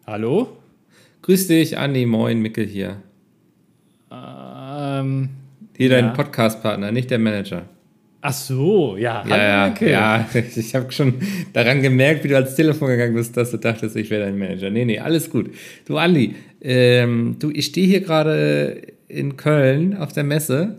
Hallo? Grüß dich, Andi, moin, Mickel hier. Ähm, Hier dein ja. Podcast-Partner, nicht der Manager. Ach so, ja, Ja, hallo ja, Mickel. ja, ich habe schon daran gemerkt, wie du ans Telefon gegangen bist, dass du dachtest, ich wäre dein Manager. Nee, nee, alles gut. Du, Andi, ich stehe hier gerade in Köln auf der Messe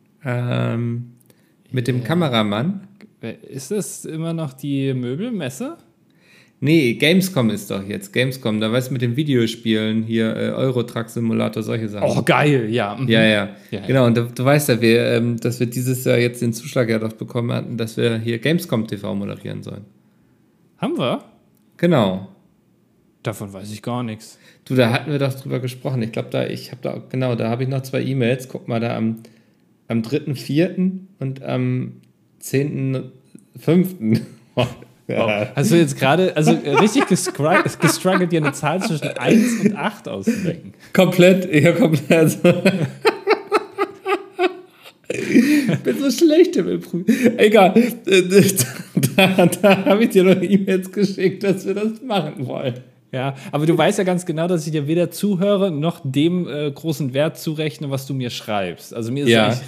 mit dem Ja. Kameramann. Ist das immer noch die Möbelmesse? Nee, Gamescom ist doch jetzt, Gamescom, da weißt du, mit den Videospielen hier, Euro-Truck Simulator, solche Sachen. Oh, geil, ja. Ja, Mhm. ja, Ja, ja. genau. Und du weißt ja, dass wir dieses Jahr jetzt den Zuschlag ja doch bekommen hatten, dass wir hier Gamescom TV moderieren sollen. Haben wir? Genau. Davon weiß ich gar nichts. Du, da hatten wir doch drüber gesprochen. Ich glaube, da habe ich noch 2 E-Mails. Guck mal, am 3.4. und am 10.5. Wow. Ja, Hast du jetzt gerade, richtig gestruggelt, dir eine Zahl zwischen 1 und 8 auszudenken? komplett, ich habe komplett, also, ich bin so schlecht im Improv. Egal, da habe ich dir noch E-Mails geschickt, dass wir das machen wollen. Ja, aber du weißt ja ganz genau, dass ich dir weder zuhöre, noch dem großen Wert zurechne, was du mir schreibst. Also mir ist Ja. eigentlich,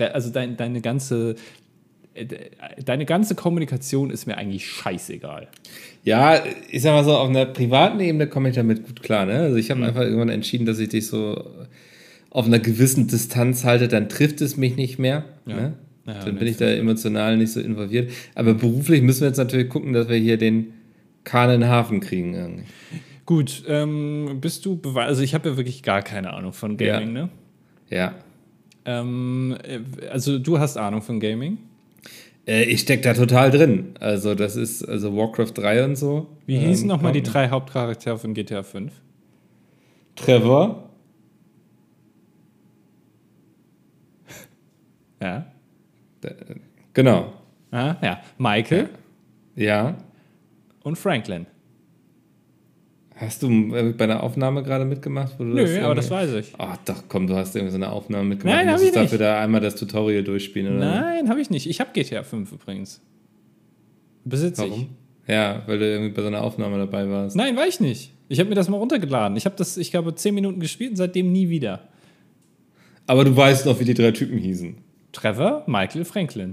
deine ganze Kommunikation ist mir eigentlich scheißegal. Ja, ich sag mal so, auf einer privaten Ebene komme ich damit gut klar. Ne? Also ich habe einfach irgendwann entschieden, dass ich dich so auf einer gewissen Distanz halte, dann trifft es mich nicht mehr. Ja. Ne? Ja, Dann nee, bin ich da emotional nicht so involviert. Aber beruflich müssen wir jetzt natürlich gucken, dass wir hier den Kahn in den Hafen kriegen. Irgendwie. Gut, also ich habe ja wirklich gar keine Ahnung von Gaming, ne? Ja. Also du hast Ahnung von Gaming? Ich stecke da total drin. Also das ist also Warcraft 3 und so. Wie hießen nochmal die kommt- 3 Hauptcharaktere von GTA 5? Trevor. Ja. Genau. Ja. Michael Ja. und Franklin. Hast du bei einer Aufnahme gerade mitgemacht? Wo du Nö, aber irgendwie- das weiß ich. Ach doch, komm, du hast irgendwie so eine Aufnahme mitgemacht. Nein, Du hab musstest ich nicht. dafür da einmal das Tutorial durchspielen, oder? Nein, habe ich nicht. Ich habe GTA 5 übrigens. Besitze ich. Warum? Ja, weil du irgendwie bei so einer Aufnahme dabei warst. Nein, war ich nicht. Ich habe mir das mal runtergeladen. Ich glaube, 10 Minuten gespielt und seitdem nie wieder. Aber du weißt noch, wie die 3 Typen hießen. Trevor, Michael, Franklin.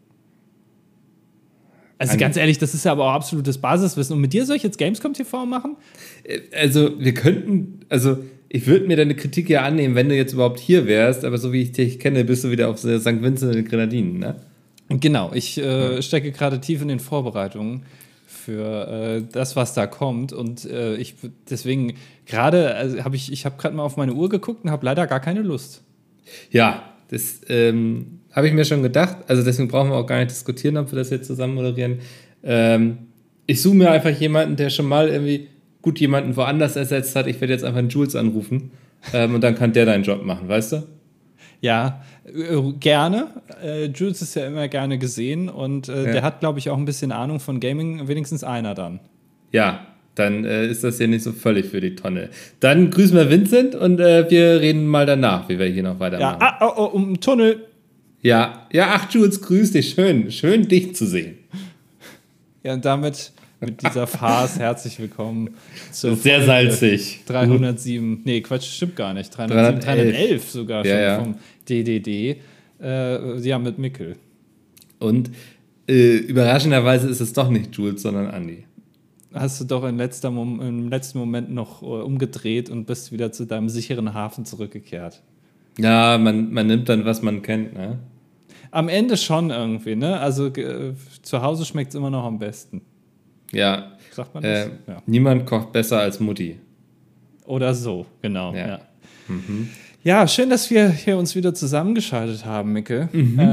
Also An- ganz ehrlich, das ist ja aber auch absolutes Basiswissen. Und mit dir soll ich jetzt Gamescom TV machen? Also, ich würde mir deine Kritik ja annehmen, wenn du jetzt überhaupt hier wärst, aber so wie ich dich kenne, bist du wieder auf St. Vincent und den Grenadinen, ne? Genau, ich stecke gerade tief in den Vorbereitungen für das, was da kommt. Und deswegen gerade, habe ich habe gerade mal auf meine Uhr geguckt und habe leider gar keine Lust. Ja, das habe ich mir schon gedacht. Also deswegen brauchen wir auch gar nicht diskutieren, ob wir das jetzt zusammen moderieren. Ich suche mir einfach jemanden, der schon mal irgendwie gut jemanden woanders ersetzt hat. Ich werde jetzt einfach einen Jules anrufen und dann kann der deinen Job machen, weißt du? Ja, gerne. Jules ist ja immer gerne gesehen und der hat, glaube ich, auch ein bisschen Ahnung von Gaming, wenigstens einer dann. Ja, dann ist das hier nicht so völlig für die Tonne. Dann grüßen wir Vincent und wir reden mal danach, wie wir hier noch weitermachen. Ja, um Tunnel. Ja, ach Jules, grüß dich. Schön dich zu sehen. Ja, und damit mit dieser Farce herzlich willem zur Sehr Folge salzig. 307. Nee, Quatsch, stimmt gar nicht. 307, 311 sogar schon Ja. vom DDD. Ja, mit Mickel. Und überraschenderweise ist es doch nicht Jules, sondern Andi. Hast du doch im letzten Moment noch umgedreht und bist wieder zu deinem sicheren Hafen zurückgekehrt. Ja, man nimmt dann, was man kennt, ne? Am Ende schon irgendwie, ne? Also zu Hause schmeckt es immer noch am besten. Ja. Sagt man das? Ja. Niemand kocht besser als Mutti. Oder so, genau. Ja. Ja. Ja, schön, dass wir hier uns wieder zusammengeschaltet haben, Micke.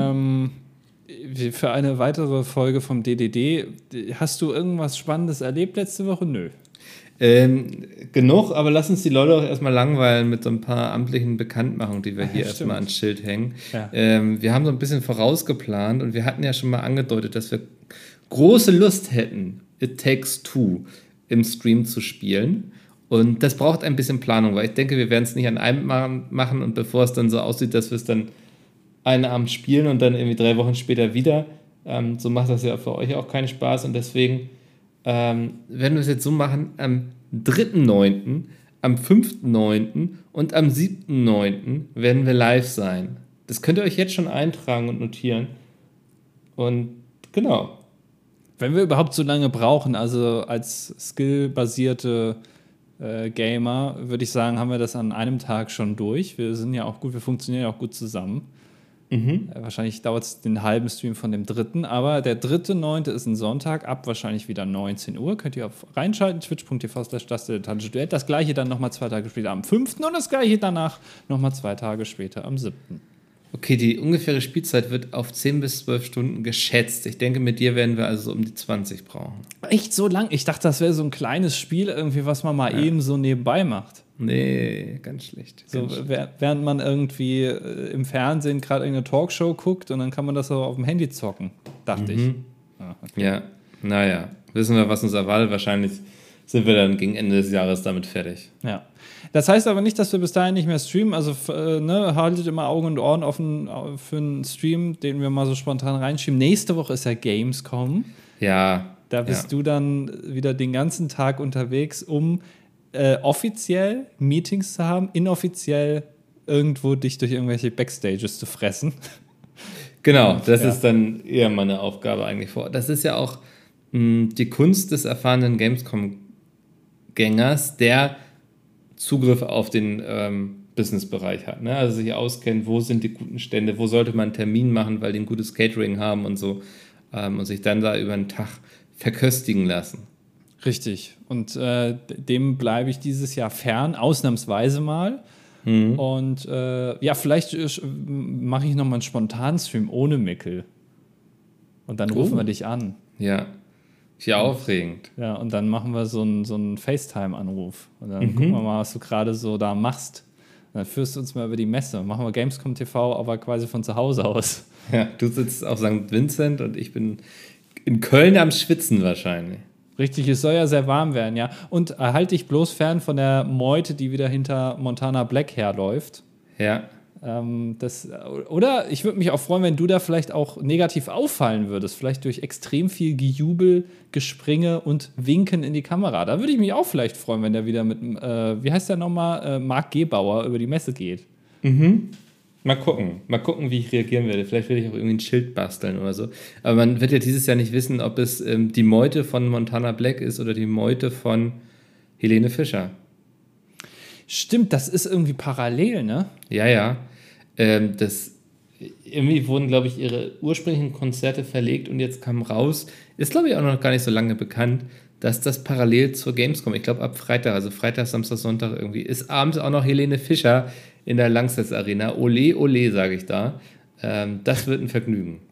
Für eine weitere Folge vom DDD. Hast du irgendwas Spannendes erlebt letzte Woche? Nö. Genug, aber lass uns die Leute auch erstmal langweilen mit so ein paar amtlichen Bekanntmachungen, die wir hier stimmt. erstmal ans Schild hängen. Ja. Wir haben so ein bisschen vorausgeplant und wir hatten ja schon mal angedeutet, dass wir große Lust hätten, It Takes Two im Stream zu spielen. Und das braucht ein bisschen Planung, weil ich denke, wir werden es nicht an einem machen und bevor es dann so aussieht, dass wir es dann einen Abend spielen und dann irgendwie 3 Wochen später wieder, so macht das ja für euch auch keinen Spaß und deswegen werden wir es jetzt so machen, am 3.9., am 5.9. und am 7.9. werden wir live sein. Das könnt ihr euch jetzt schon eintragen und notieren. Und genau. Wenn wir überhaupt so lange brauchen, also als skillbasierte Gamer, würde ich sagen, haben wir das an einem Tag schon durch. Wir sind ja auch gut, wir funktionieren ja auch gut zusammen. Wahrscheinlich dauert es den halben Stream von dem 3., aber der 3.9. ist ein Sonntag, ab wahrscheinlich wieder 19 Uhr. Könnt ihr auf reinschalten, twitch.tv/das Das gleiche dann nochmal 2 Tage später am 5. und das gleiche danach nochmal 2 Tage später am 7. Okay, die ungefähre Spielzeit wird auf 10 bis 12 Stunden geschätzt. Ich denke, mit dir werden wir also so um die 20 brauchen. Echt so lang? Ich dachte, das wäre so ein kleines Spiel, irgendwie, was man mal eben so nebenbei macht. Nee, ganz schlecht. Während man irgendwie im Fernsehen gerade irgendeine Talkshow guckt und dann kann man das auch auf dem Handy zocken, dachte ich. Okay. Ja, naja, wissen wir, was uns erwartet. Wahrscheinlich sind wir dann gegen Ende des Jahres damit fertig. Ja. Das heißt aber nicht, dass wir bis dahin nicht mehr streamen. Also haltet immer Augen und Ohren offen für einen Stream, den wir mal so spontan reinschieben. Nächste Woche ist ja Gamescom. Ja. Da bist du dann wieder den ganzen Tag unterwegs, um offiziell Meetings zu haben, inoffiziell irgendwo dich durch irgendwelche Backstages zu fressen. Genau, das ist dann eher meine Aufgabe eigentlich vor. Das ist ja auch die Kunst des erfahrenen Gamescom-Gängers, der Zugriff auf den Businessbereich hat. Ne? Also sich auskennt, wo sind die guten Stände, wo sollte man einen Termin machen, weil die ein gutes Catering haben und so. Und sich dann da über den Tag verköstigen lassen. Richtig. Und dem bleibe ich dieses Jahr fern, ausnahmsweise mal. Und vielleicht mache ich nochmal einen spontanen Stream ohne Mickel. Und dann rufen wir dich an. Ja. Ist aufregend. Ja, und dann machen wir so einen FaceTime-Anruf. Und dann gucken wir mal, was du gerade so da machst. Und dann führst du uns mal über die Messe. Machen wir Gamescom TV, aber quasi von zu Hause aus. Ja, du sitzt auf St. Vincent und ich bin in Köln am Schwitzen wahrscheinlich. Richtig, es soll ja sehr warm werden, ja. Und halte dich bloß fern von der Meute, die wieder hinter Montana Black herläuft. Ja. Oder ich würde mich auch freuen, wenn du da vielleicht auch negativ auffallen würdest. Vielleicht durch extrem viel Gejubel, Gespringe und Winken in die Kamera. Da würde ich mich auch vielleicht freuen, wenn der wieder mit, wie heißt der nochmal, Marc Gebauer über die Messe geht. Mal gucken, wie ich reagieren werde. Vielleicht werde ich auch irgendwie ein Schild basteln oder so. Aber man wird ja dieses Jahr nicht wissen, ob es die Meute von Montana Black ist oder die Meute von Helene Fischer. Stimmt, das ist irgendwie parallel, ne? Ja. Irgendwie wurden, glaube ich, ihre ursprünglichen Konzerte verlegt und jetzt kam raus, ist, glaube ich, auch noch gar nicht so lange bekannt, dass das parallel zur Gamescom, ich glaube ab Freitag, also Freitag, Samstag, Sonntag irgendwie, ist abends auch noch Helene Fischer in der Langsess Arena. Ole, ole, sage ich da. Das wird ein Vergnügen.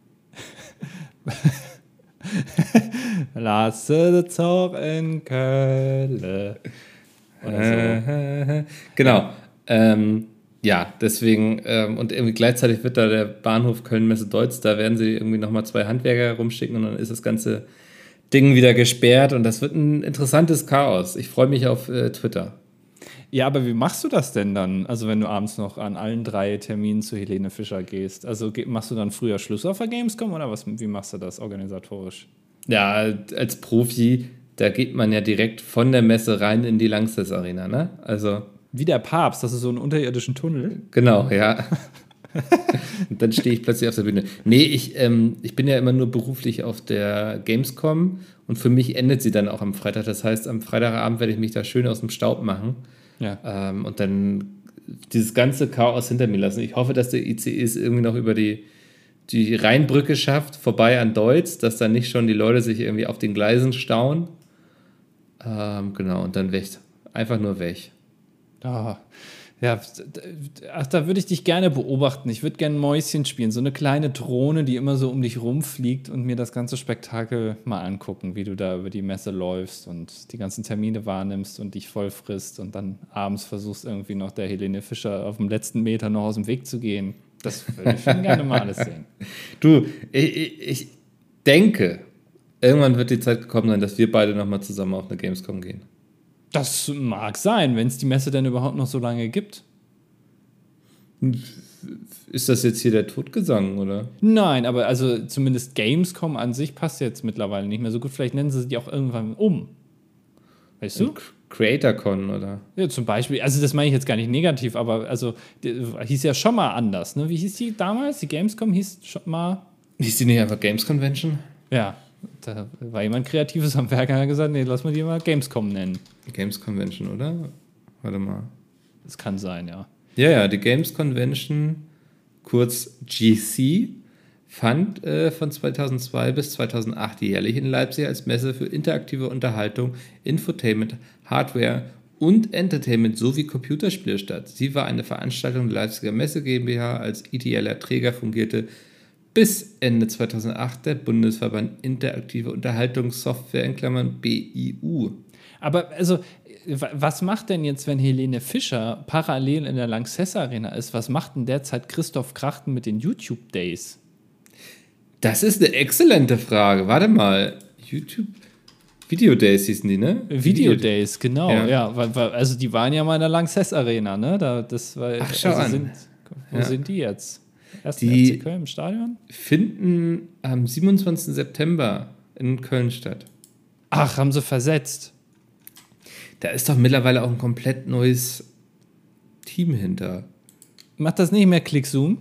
Lasse Zog in Köln. Oder so. Genau. Ja, deswegen, und irgendwie gleichzeitig wird da der Bahnhof Köln-Messe-Deutz, da werden sie irgendwie nochmal 2 Handwerker rumschicken und dann ist das ganze Ding wieder gesperrt und das wird ein interessantes Chaos. Ich freue mich auf Twitter. Ja, aber wie machst du das denn dann? Also wenn du abends noch an allen 3 Terminen zu Helene Fischer gehst. Also machst du dann früher Schluss auf der Gamescom oder wie machst du das organisatorisch? Ja, als Profi, da geht man ja direkt von der Messe rein in die Langsess Arena, ne? Also wie der Papst, das ist so ein unterirdischen Tunnel. Genau, ja. Und dann stehe ich plötzlich auf der Bühne. Nee, ich bin ja immer nur beruflich auf der Gamescom und für mich endet sie dann auch am Freitag. Das heißt, am Freitagabend werde ich mich da schön aus dem Staub machen. Ja. Und dann dieses ganze Chaos hinter mir lassen. Ich hoffe, dass der ICE es irgendwie noch über die Rheinbrücke schafft, vorbei an Deutz, dass dann nicht schon die Leute sich irgendwie auf den Gleisen stauen. Genau, und dann weg. Einfach nur weg. Ja, da würde ich dich gerne beobachten. Ich würde gerne Mäuschen spielen. So eine kleine Drohne, die immer so um dich rumfliegt und mir das ganze Spektakel mal angucken, wie du da über die Messe läufst und die ganzen Termine wahrnimmst und dich voll frisst und dann abends versuchst irgendwie noch der Helene Fischer auf dem letzten Meter noch aus dem Weg zu gehen. Das würde ich schon gerne mal alles sehen. Du, ich denke, irgendwann wird die Zeit gekommen sein, dass wir beide nochmal zusammen auf eine Gamescom gehen. Das mag sein, wenn es die Messe denn überhaupt noch so lange gibt. Ist das jetzt hier der Totgesang, oder? Nein, aber also zumindest Gamescom an sich passt jetzt mittlerweile nicht mehr so gut. Vielleicht nennen sie die auch irgendwann um. Weißt du? CreatorCon, oder? Ja, zum Beispiel. Also das meine ich jetzt gar nicht negativ, aber also hieß ja schon mal anders. Ne? Wie hieß die damals? Die Gamescom hieß schon mal... Hieß die nicht einfach Games Convention? Ja, da war jemand Kreatives am Werk und hat gesagt, nee, lass mal die mal Gamescom nennen. Games Convention, oder? Warte mal. Das kann sein, ja. Ja, die Games Convention, kurz GC, fand von 2002 bis 2008 jährlich in Leipzig als Messe für interaktive Unterhaltung, Infotainment, Hardware und Entertainment sowie Computerspiele statt. Sie war eine Veranstaltung der Leipziger Messe GmbH, als ideeller Träger fungierte bis Ende 2008 der Bundesverband Interaktive Unterhaltungssoftware in Klammern BIU. Aber also, was macht denn jetzt, wenn Helene Fischer parallel in der Lanxess Arena ist? Was macht denn derzeit Christoph Krachten mit den YouTube Days? Das ist eine exzellente Frage. Warte mal. YouTube Video Days hießen die, ne? Video Days, genau. Ja. Ja, also die waren ja mal in der Lanxess Arena, ne? Ach, schau an. Wo sind die jetzt? Erst Die FC Köln im Stadion? finden am 27. September in Köln statt. Ach, haben sie versetzt. Da ist doch mittlerweile auch ein komplett neues Team hinter. Macht das nicht mehr Clickzoom?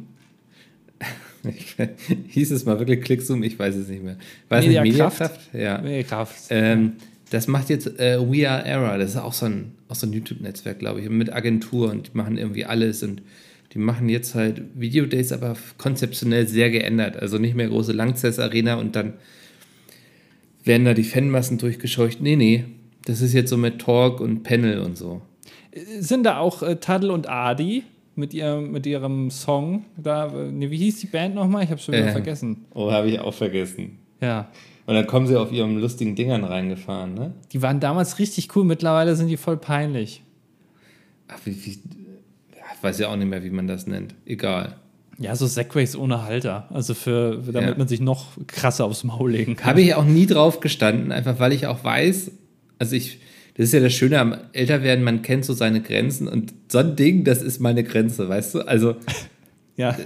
Hieß es mal wirklich Clickzoom? Ich weiß es nicht mehr. Weiß nicht, Mediakraft? Ja. Mediakraft. Das macht jetzt We Are Era. Das ist auch so ein YouTube-Netzwerk, glaube ich, mit Agentur, und die machen irgendwie alles, und die machen jetzt halt Video-Days, aber konzeptionell sehr geändert. Also nicht mehr große Lanxess-Arena und dann werden da die Fanmassen durchgescheucht. Nee. Das ist jetzt so mit Talk und Panel und so. Sind da auch Tadl und Adi mit ihrem Song? Wie hieß die Band nochmal? Ich habe schon wieder vergessen. Oh, habe ich auch vergessen. Ja. Und dann kommen sie auf ihren lustigen Dingern reingefahren, ne? Die waren damals richtig cool, mittlerweile sind die voll peinlich. Ach, ich weiß ja auch nicht mehr, wie man das nennt. Egal. Ja, so Segways ohne Halter. Also damit man sich noch krasser aufs Maul legen kann. Habe ich auch nie drauf gestanden, einfach weil ich auch weiß, das ist ja das Schöne am Älterwerden, man kennt so seine Grenzen, und so ein Ding, das ist meine Grenze, weißt du? Also, ja.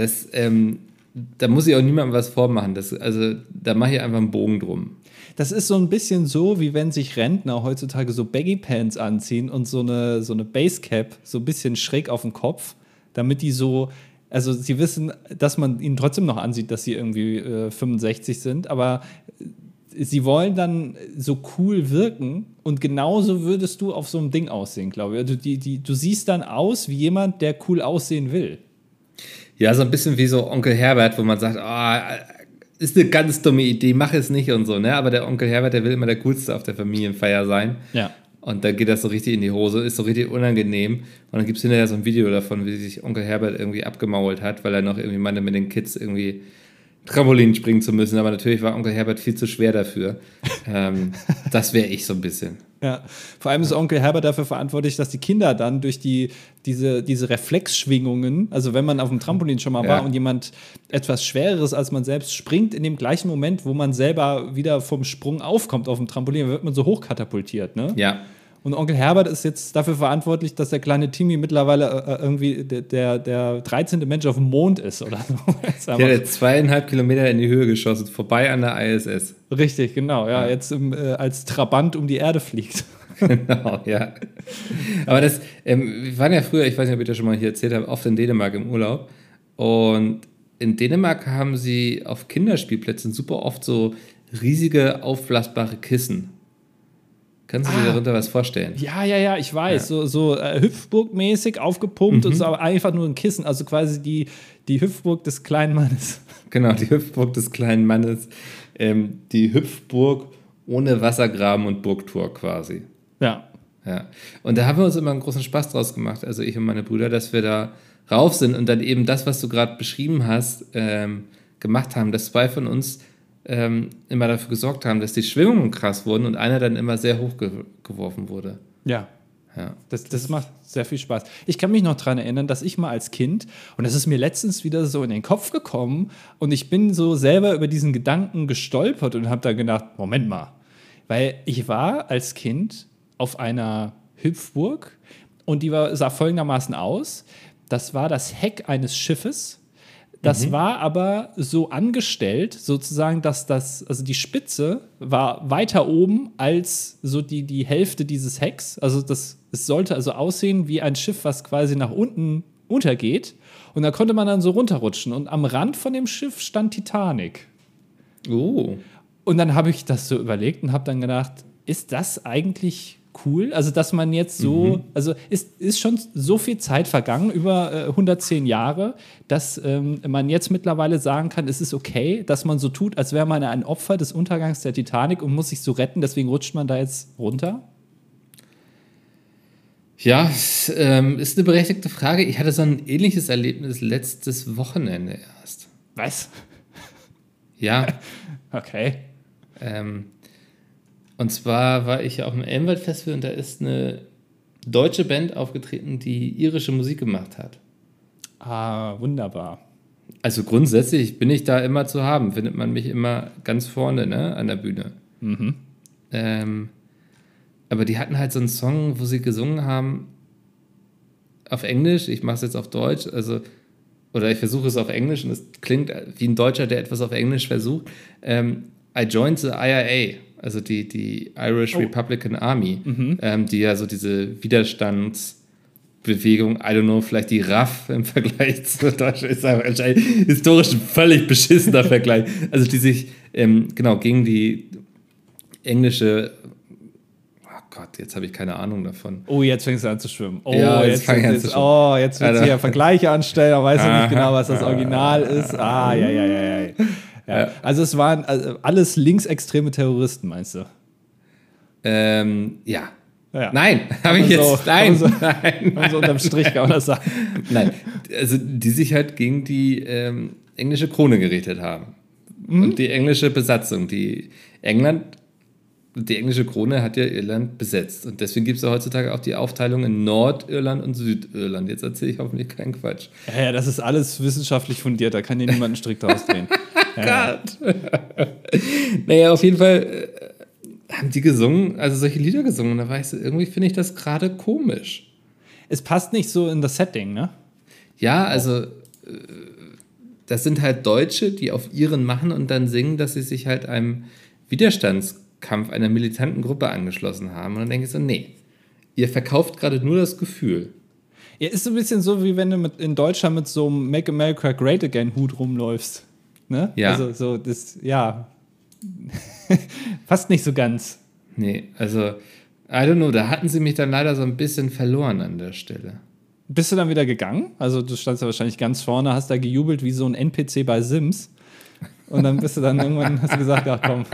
Da muss ich auch niemandem was vormachen. Da mache ich einfach einen Bogen drum. Das ist so ein bisschen so, wie wenn sich Rentner heutzutage so Baggy Pants anziehen und so eine Basecap so ein bisschen schräg auf den Kopf, damit die so, also sie wissen, dass man ihnen trotzdem noch ansieht, dass sie irgendwie 65 sind, aber sie wollen dann so cool wirken, und genauso würdest du auf so einem Ding aussehen, glaube ich. Also du siehst dann aus wie jemand, der cool aussehen will. Ja, so ein bisschen wie so Onkel Herbert, wo man sagt, ist eine ganz dumme Idee, mach es nicht und so, ne? Aber der Onkel Herbert, der will immer der Coolste auf der Familienfeier sein. Ja. Und dann geht das so richtig in die Hose, ist so richtig unangenehm. Und dann gibt es hinterher so ein Video davon, wie sich Onkel Herbert irgendwie abgemault hat, weil er noch irgendwie meinte, mit den Kids irgendwie Trampolin springen zu müssen. Aber natürlich war Onkel Herbert viel zu schwer dafür. Das wäre ich so ein bisschen. Ja, vor allem ist Onkel Herbert dafür verantwortlich, dass die Kinder dann durch diese Reflexschwingungen, also wenn man auf dem Trampolin schon mal war und jemand etwas Schwereres als man selbst springt, in dem gleichen Moment, wo man selber wieder vom Sprung aufkommt auf dem Trampolin, wird man so hochkatapultiert, ne? Ja. Und Onkel Herbert ist jetzt dafür verantwortlich, dass der kleine Timmy mittlerweile irgendwie der 13. Mensch auf dem Mond ist oder so. Der hat 2,5 Kilometer in die Höhe geschossen, vorbei an der ISS. Richtig, genau. Ja, jetzt als Trabant um die Erde fliegt. Genau, ja. Aber wir waren ja früher, ich weiß nicht, ob ich das schon mal hier erzählt habe, oft in Dänemark im Urlaub. Und in Dänemark haben sie auf Kinderspielplätzen super oft so riesige, aufblasbare Kissen. Kannst du dir darunter was vorstellen? Ja, ich weiß. Ja. So Hüpfburg-mäßig aufgepumpt und so, aber einfach nur ein Kissen. Also quasi die Hüpfburg des kleinen Mannes. Genau, die Hüpfburg des kleinen Mannes. Die Hüpfburg ohne Wassergraben und Burgtor quasi. Ja. Und da haben wir uns immer einen großen Spaß draus gemacht, also ich und meine Brüder, dass wir da rauf sind und dann eben das, was du gerade beschrieben hast, gemacht haben, dass zwei von uns immer dafür gesorgt haben, dass die Schwingungen krass wurden und einer dann immer sehr hoch geworfen wurde. Ja. Das macht sehr viel Spaß. Ich kann mich noch daran erinnern, dass ich mal als Kind, und das ist mir letztens wieder so in den Kopf gekommen, und ich bin so selber über diesen Gedanken gestolpert und habe dann gedacht, Moment mal, weil ich war als Kind auf einer Hüpfburg und die sah folgendermaßen aus. das war das Heck eines Schiffes. Das war aber so angestellt, sozusagen, dass also die Spitze war weiter oben als so die Hälfte dieses Hecks. Also es sollte also aussehen wie ein Schiff, was quasi nach unten untergeht. Und da konnte man dann so runterrutschen. Und am Rand von dem Schiff stand Titanic. Oh. Und dann habe ich das so überlegt und habe dann gedacht, ist das eigentlich cool? Also, dass man jetzt so, also ist schon so viel Zeit vergangen, über 110 Jahre, dass man jetzt mittlerweile sagen kann, es ist okay, dass man so tut, als wäre man ein Opfer des Untergangs der Titanic und muss sich so retten, deswegen rutscht man da jetzt runter? Ja, ist eine berechtigte Frage. Ich hatte so ein ähnliches Erlebnis letztes Wochenende erst. Was? Ja. Okay. Und zwar war ich auf dem Elmwald-Festival und da ist eine deutsche Band aufgetreten, die irische Musik gemacht hat. Ah, wunderbar. Also grundsätzlich bin ich da immer zu haben, findet man mich immer ganz vorne, ne, an der Bühne. Aber die hatten halt so einen Song, wo sie gesungen haben auf Englisch, ich mache es jetzt auf Deutsch, oder ich versuche es auf Englisch und es klingt wie ein Deutscher, der etwas auf Englisch versucht. I joined the IRA, also die Irish Republican Army, die ja so diese Widerstandsbewegung, I don't know, vielleicht die RAF im Vergleich zu Deutschland, ist aber anscheinend historisch ein völlig beschissener Vergleich. Also die sich, gegen die englische, oh Gott, jetzt habe ich keine Ahnung davon. Oh, jetzt fängst du an zu schwimmen. Oh, ja, jetzt fange ich an zu schwimmen. Oh, jetzt willst du hier Vergleiche anstellen, aber weißt du nicht genau, was das Original ist. Ah, ja. Ja. Also es waren alles linksextreme Terroristen, meinst du? Ja. Nein, nein. Nein. So unterm Strich kann man das sagen. Nein, also die sich halt gegen die englische Krone gerichtet haben. Und die englische Besatzung. Die englische Krone hat ja Irland besetzt. Und deswegen gibt es ja heutzutage auch die Aufteilung in Nordirland und Südirland. Jetzt erzähle ich hoffentlich keinen Quatsch. Ja, das ist alles wissenschaftlich fundiert. Da kann dir niemand einen Strick draus drehen. Gott. Naja, auf jeden Fall haben die gesungen, also solche Lieder gesungen. Und da war ich so, irgendwie finde ich das gerade komisch. Es passt nicht so in das Setting, ne? Ja, also das sind halt Deutsche, die auf ihren machen und dann singen, dass sie sich halt einem Widerstandskampf einer militanten Gruppe angeschlossen haben. Und dann denke ich so, nee, ihr verkauft gerade nur das Gefühl. Ja, ist so ein bisschen so, wie wenn du in Deutschland mit so einem Make America Great Again Hut rumläufst. Ne? Ja. Also so, das, ja, passt nicht so ganz. Nee, also, I don't know, da hatten sie mich dann leider so ein bisschen verloren an der Stelle. Bist du dann wieder gegangen? Also du standst ja wahrscheinlich ganz vorne, hast da gejubelt wie so ein NPC bei Sims. Und dann bist du dann irgendwann, hast du gesagt, ach komm.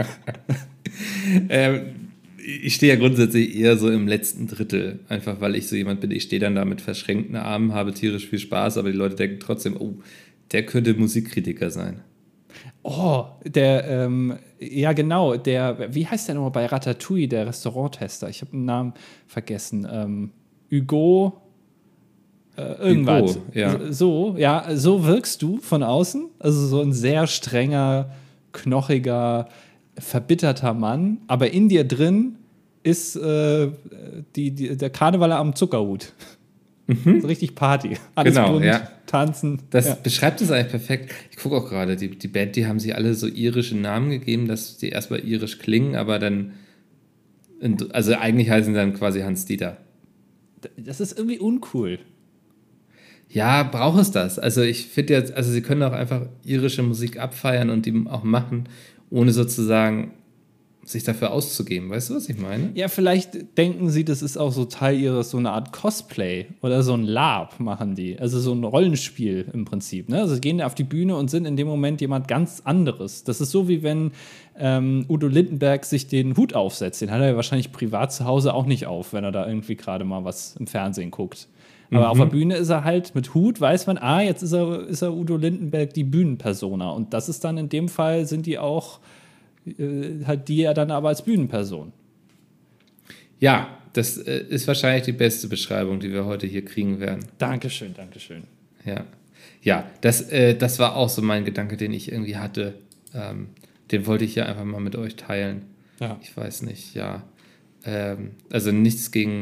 Ich stehe ja grundsätzlich eher so im letzten Drittel, einfach weil ich so jemand bin, ich stehe dann da mit verschränkten Armen, habe tierisch viel Spaß, aber die Leute denken trotzdem, oh, der könnte Musikkritiker sein. Oh, ja genau, wie heißt der nochmal bei Ratatouille, der Restauranttester? Ich habe den Namen vergessen. Hugo, irgendwas. Hugo, ja. So wirkst du von außen. Also so ein sehr strenger, knochiger, verbitterter Mann. Aber in dir drin ist der Karnevaler am Zuckerhut. So richtig Party. Alles genau, bunt, ja. Tanzen. Das beschreibt es eigentlich perfekt. Ich gucke auch gerade, die Band, die haben sich alle so irische Namen gegeben, dass die erstmal irisch klingen, aber dann, also eigentlich heißen sie dann quasi Hans-Dieter. Das ist irgendwie uncool. Ja, braucht es das? Also ich finde jetzt, also sie können auch einfach irische Musik abfeiern und die auch machen, ohne sozusagen sich dafür auszugeben. Weißt du, was ich meine? Ja, vielleicht denken sie, das ist auch so Teil ihres, so eine Art Cosplay oder so ein LARP machen die. Also so ein Rollenspiel im Prinzip. Ne? Also sie gehen auf die Bühne und sind in dem Moment jemand ganz anderes. Das ist so, wie wenn Udo Lindenberg sich den Hut aufsetzt. Den hat er ja wahrscheinlich privat zu Hause auch nicht auf, wenn er da irgendwie gerade mal was im Fernsehen guckt. Aber auf der Bühne ist er halt mit Hut, weiß man, jetzt ist er Udo Lindenberg, die Bühnenpersona. Und das ist dann in dem Fall, sind die auch halt die ja dann aber als Bühnenperson. Ja, das ist wahrscheinlich die beste Beschreibung, die wir heute hier kriegen werden. Dankeschön. Ja, das war auch so mein Gedanke, den ich irgendwie hatte. Den wollte ich hier einfach mal mit euch teilen. Ja. Ich weiß nicht, ja. Also nichts gegen,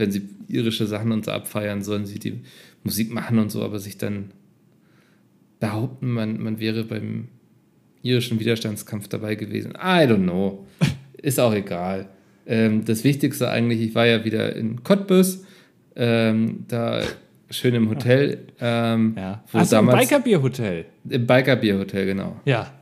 wenn sie irische Sachen und so abfeiern, sollen sie die Musik machen und so, aber sich dann behaupten, man wäre beim irischen Widerstandskampf dabei gewesen. I don't know. Ist auch egal. Das Wichtigste eigentlich, ich war ja wieder in Cottbus, da schön im Hotel. Wo damals, im Biker-Bier-Hotel. Im Biker-Bier-Hotel, genau. Ja.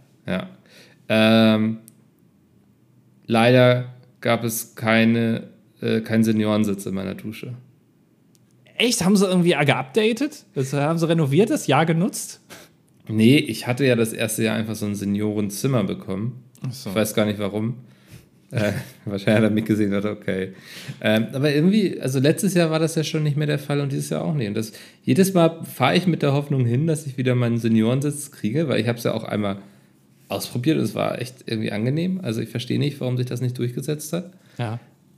Leider gab es keinen Seniorensitz in meiner Dusche. Echt? Haben sie irgendwie geupdatet? Haben sie renoviert, das Jahr genutzt? Nee, ich hatte ja das erste Jahr einfach so ein Seniorenzimmer bekommen. So. Ich weiß gar nicht warum. Wahrscheinlich hat er mich gesehen und dachte, okay. Aber irgendwie, also letztes Jahr war das ja schon nicht mehr der Fall und dieses Jahr auch nicht. Und jedes Mal fahre ich mit der Hoffnung hin, dass ich wieder meinen Seniorensitz kriege, weil ich habe es ja auch einmal ausprobiert und es war echt irgendwie angenehm. Also ich verstehe nicht, warum sich das nicht durchgesetzt hat. Ja.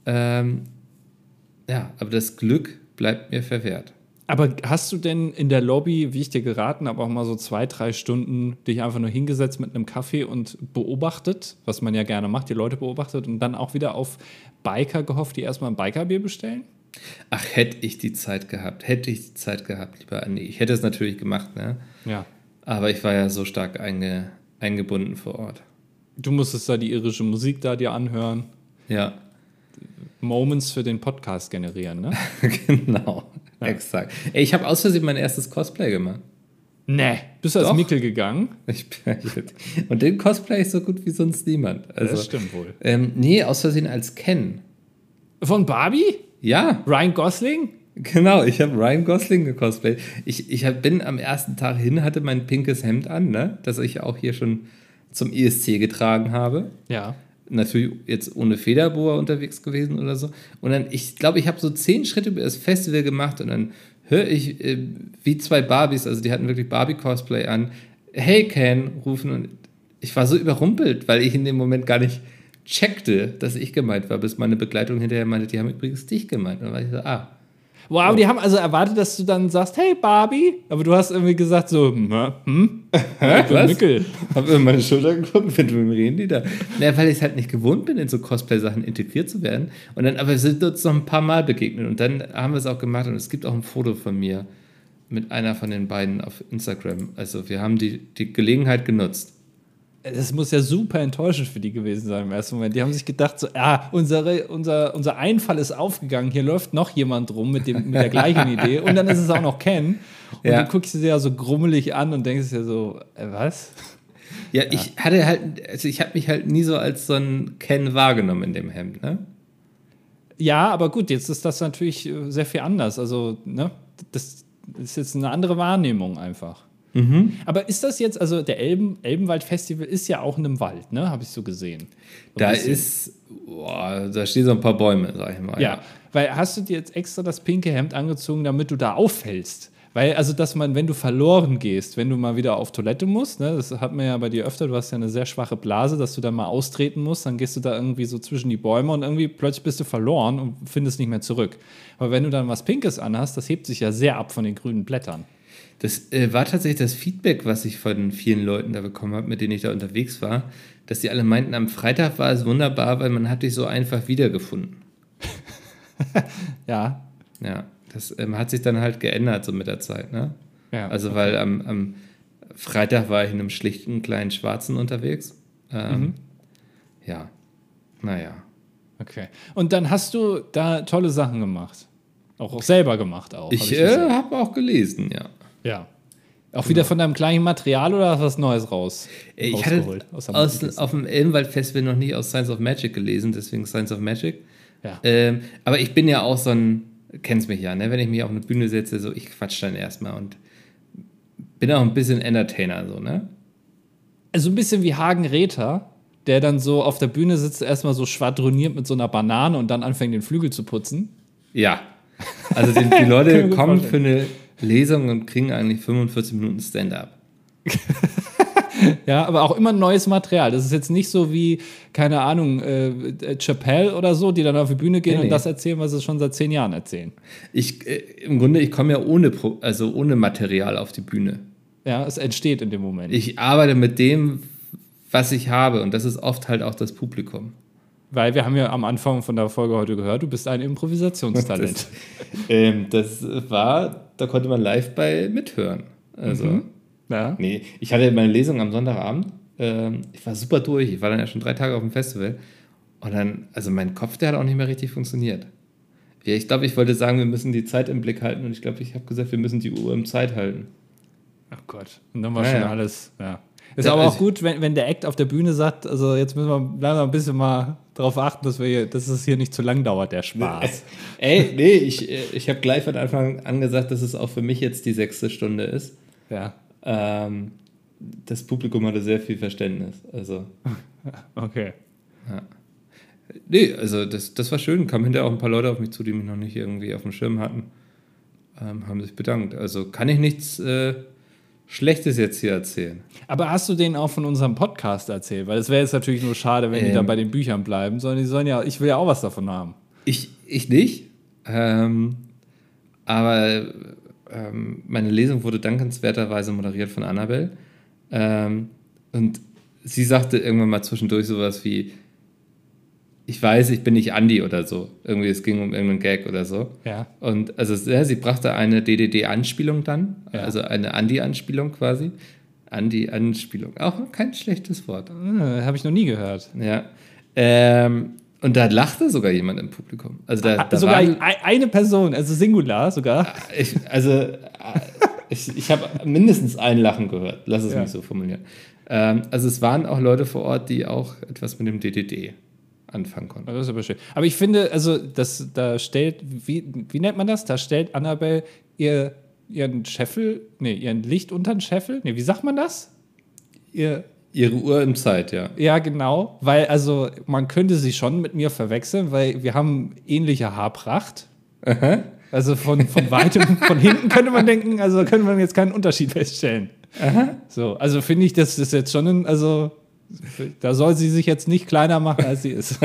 Aber das Glück bleibt mir verwehrt. Aber hast du denn in der Lobby, wie ich dir geraten habe, auch mal so 2-3 Stunden dich einfach nur hingesetzt mit einem Kaffee und beobachtet, was man ja gerne macht, die Leute beobachtet und dann auch wieder auf Biker gehofft, die erstmal ein Bikerbier bestellen? Ach, hätte ich die Zeit gehabt, lieber Andi. Ich hätte es natürlich gemacht, ne? Ja. Aber ich war ja so stark eingebunden vor Ort. Du musstest da die irische Musik da dir anhören. Ja. Moments für den Podcast generieren, ne? Genau, ja. Exakt. Ey, ich habe aus Versehen mein erstes Cosplay gemacht. Nee, bist du als Mikkel gegangen? Und den Cosplay ist so gut wie sonst niemand. Also, das stimmt wohl. Nee, aus Versehen als Ken. Von Barbie? Ja. Ryan Gosling? Genau, ich habe Ryan Gosling gecosplayt. Ich bin am ersten Tag hin, hatte mein pinkes Hemd an, ne, das ich auch hier schon zum ESC getragen habe. Ja. Natürlich jetzt ohne Federboa unterwegs gewesen oder so. Und dann, ich glaube, ich habe so 10 Schritte über das Festival gemacht und dann höre ich, wie 2 Barbies, also die hatten wirklich Barbie-Cosplay an, hey Ken, rufen und ich war so überrumpelt, weil ich in dem Moment gar nicht checkte, dass ich gemeint war, bis meine Begleitung hinterher meinte, die haben übrigens dich gemeint. Und dann war ich so, Wow, aber die haben also erwartet, dass du dann sagst, hey Barbie, aber du hast irgendwie gesagt so, Was? Mickel. Hab über meine Schulter geguckt, mit wem reden die da? Naja, weil ich es halt nicht gewohnt bin, in so Cosplay-Sachen integriert zu werden. Und dann, aber wir sind uns noch ein paar Mal begegnet und dann haben wir es auch gemacht und es gibt auch ein Foto von mir mit einer von den beiden auf Instagram. Also wir haben die Gelegenheit genutzt. Das muss ja super enttäuschend für die gewesen sein im ersten Moment. Die haben sich gedacht, so, unser Einfall ist aufgegangen, hier läuft noch jemand rum mit der gleichen Idee und dann ist es auch noch Ken. Und du guckst sie ja so grummelig an und denkst dir so, was? Ja, ich habe mich halt nie so als so ein Ken wahrgenommen in dem Hemd, ne? Ja, aber gut, jetzt ist das natürlich sehr viel anders. Also, ne, das ist jetzt eine andere Wahrnehmung einfach. Mhm. Aber ist das jetzt, also der Elbenwald-Festival ist ja auch in einem Wald, ne? Habe ich so gesehen. Da stehen so ein paar Bäume, sag ich mal. Ja, weil hast du dir jetzt extra das pinke Hemd angezogen, damit du da auffällst? Weil, also, dass man, wenn du verloren gehst, wenn du mal wieder auf Toilette musst, ne, das hat man ja bei dir öfter, du hast ja eine sehr schwache Blase, dass du dann mal austreten musst, dann gehst du da irgendwie so zwischen die Bäume und irgendwie plötzlich bist du verloren und findest nicht mehr zurück. Aber wenn du dann was Pinkes anhast, das hebt sich ja sehr ab von den grünen Blättern. Das war tatsächlich das Feedback, was ich von vielen Leuten da bekommen habe, mit denen ich da unterwegs war, dass die alle meinten, am Freitag war es wunderbar, weil man hat dich so einfach wiedergefunden. Ja. Ja, das hat sich dann halt geändert so mit der Zeit, ne? Ja, also okay. Weil am Freitag war ich in einem schlichten kleinen Schwarzen unterwegs. Ja, naja. Okay. Und dann hast du da tolle Sachen gemacht. Auch selber gemacht auch. Ich habe auch gelesen, ja. Ja. Auch wieder von deinem gleichen Material oder hast du was Neues Ich hatte auf dem Elbenwald-Festival noch nie aus Science of Magic gelesen, deswegen Science of Magic. Ja. Aber ich bin ja auch so ein, kennst mich ja, ne? Wenn ich mich auf eine Bühne setze, so ich quatsch dann erstmal und bin auch ein bisschen Entertainer, so, ne? Also ein bisschen wie Hagen Räther, der dann so auf der Bühne sitzt, erstmal so schwadroniert mit so einer Banane und dann anfängt, den Flügel zu putzen. Ja. Also die Leute kommen für eine Lesung und kriegen eigentlich 45 Minuten Stand-up. Ja, aber auch immer neues Material. Das ist jetzt nicht so wie, keine Ahnung, Chappelle oder so, die dann auf die Bühne gehen und das erzählen, was sie schon seit 10 Jahren erzählen. Im Grunde, ich komme ja ohne Material auf die Bühne. Ja, es entsteht in dem Moment. Ich arbeite mit dem, was ich habe und das ist oft halt auch das Publikum. Weil wir haben ja am Anfang von der Folge heute gehört, du bist ein Improvisationstalent. Da konnte man live bei mithören. Also, Ja. nee, ich hatte meine Lesung am Sonntagabend. Ich war super durch. Ich war dann ja schon 3 Tage auf dem Festival. Und dann, also mein Kopf, der hat auch nicht mehr richtig funktioniert. Ja, ich glaube, ich wollte sagen, wir müssen die Zeit im Blick halten. Und ich glaube, ich habe gesagt, wir müssen die Uhr im Zeit halten. Ach Gott. Und dann war schon alles, ja. Ist Ja, aber auch also- gut, wenn der Act auf der Bühne sagt, also jetzt müssen wir leider ein bisschen mal darauf achten, dass es hier nicht zu lang dauert, der Spaß. Ey, nee, ich habe gleich von Anfang an gesagt, dass es auch für mich jetzt die 6. Stunde ist. Ja, Das Publikum hatte sehr viel Verständnis. Also, okay. nee, also das war schön. Kamen hinterher auch ein paar Leute auf mich zu, die mich noch nicht irgendwie auf dem Schirm hatten. Haben sich bedankt. Also kann ich nichts Schlechtes jetzt hier erzählen. Aber hast du denen auch von unserem Podcast erzählt? Weil es wäre jetzt natürlich nur schade, wenn die dann bei den Büchern bleiben, sondern die sollen ja, ich will ja auch was davon haben. Ich nicht. Aber meine Lesung wurde dankenswerterweise moderiert von Annabelle. Und sie sagte irgendwann mal zwischendurch sowas wie, ich weiß, ich bin nicht Andi oder so. Irgendwie, es ging um irgendeinen Gag oder so. Ja. Und also sie brachte eine DDD-Anspielung dann, also eine Andi-Anspielung quasi. Andi-Anspielung, auch kein schlechtes Wort. Habe ich noch nie gehört. Ja. Und da lachte sogar jemand im Publikum. Also da Sogar war, eine Person, also Singular sogar. ich habe mindestens ein Lachen gehört. Lass es mich so formulieren. Also es waren auch Leute vor Ort, die auch etwas mit dem DDD anfangen konnten. Das ist aber schön. Aber ich finde, also da stellt, wie nennt man das? Da stellt Annabelle ihren Licht unter den Scheffel? Nee, wie sagt man das? Ihre Uhr im Zeit, ja. Ja, genau. Weil, also, man könnte sie schon mit mir verwechseln, weil wir haben ähnliche Haarpracht. Aha. Also von weitem, von hinten könnte man denken, also könnte man jetzt keinen Unterschied feststellen. Aha. So, also finde ich, das ist jetzt schon da soll sie sich jetzt nicht kleiner machen, als sie ist.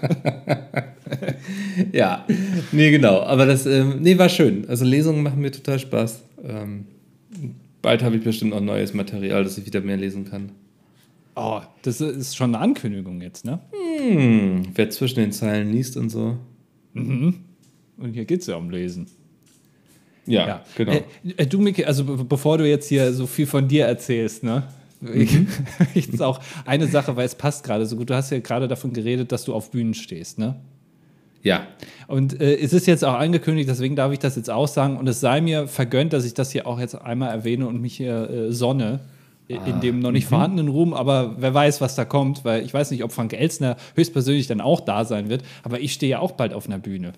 Ja, nee, genau. Aber das war schön. Also Lesungen machen mir total Spaß. Bald habe ich bestimmt auch neues Material, dass ich wieder mehr lesen kann. Oh, das ist schon eine Ankündigung jetzt, ne? Wer zwischen den Zeilen liest und so. Und hier geht es ja um Lesen. Ja, genau. Du, Miki, also bevor du jetzt hier so viel von dir erzählst, ne? Jetzt auch eine Sache, weil es passt gerade so gut. Du hast ja gerade davon geredet, dass du auf Bühnen stehst, ne? Ja. Und es ist jetzt auch angekündigt, deswegen darf ich das jetzt auch sagen. Und es sei mir vergönnt, dass ich das hier auch jetzt einmal erwähne und mich hier sonne in dem noch nicht vorhandenen Ruhm. Aber wer weiß, was da kommt, weil ich weiß nicht, ob Frank Elstner höchstpersönlich dann auch da sein wird. Aber ich stehe ja auch bald auf einer Bühne.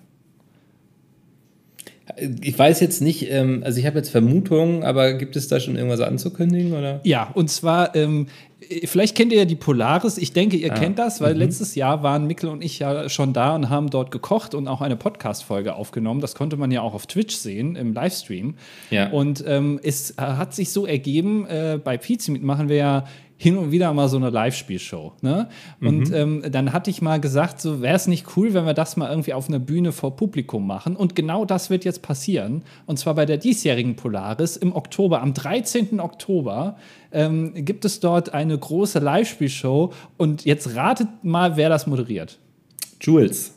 Ich weiß jetzt nicht, also ich habe jetzt Vermutungen, aber gibt es da schon irgendwas anzukündigen, oder? Ja, und zwar, vielleicht kennt ihr ja die Polaris. Ich denke, ihr kennt das, weil letztes Jahr waren Mikkel und ich ja schon da und haben dort gekocht und auch eine Podcast-Folge aufgenommen. Das konnte man ja auch auf Twitch sehen, im Livestream. Ja. Und es hat sich so ergeben, bei Pizmeet machen wir ja hin und wieder mal so eine Live-Spielshow. Ne? Und dann hatte ich mal gesagt, so wäre es nicht cool, wenn wir das mal irgendwie auf einer Bühne vor Publikum machen. Und genau das wird jetzt passieren. Und zwar bei der diesjährigen Polaris im Oktober, am 13. Oktober, gibt es dort eine große Live-Spielshow. Und jetzt ratet mal, wer das moderiert. Jules.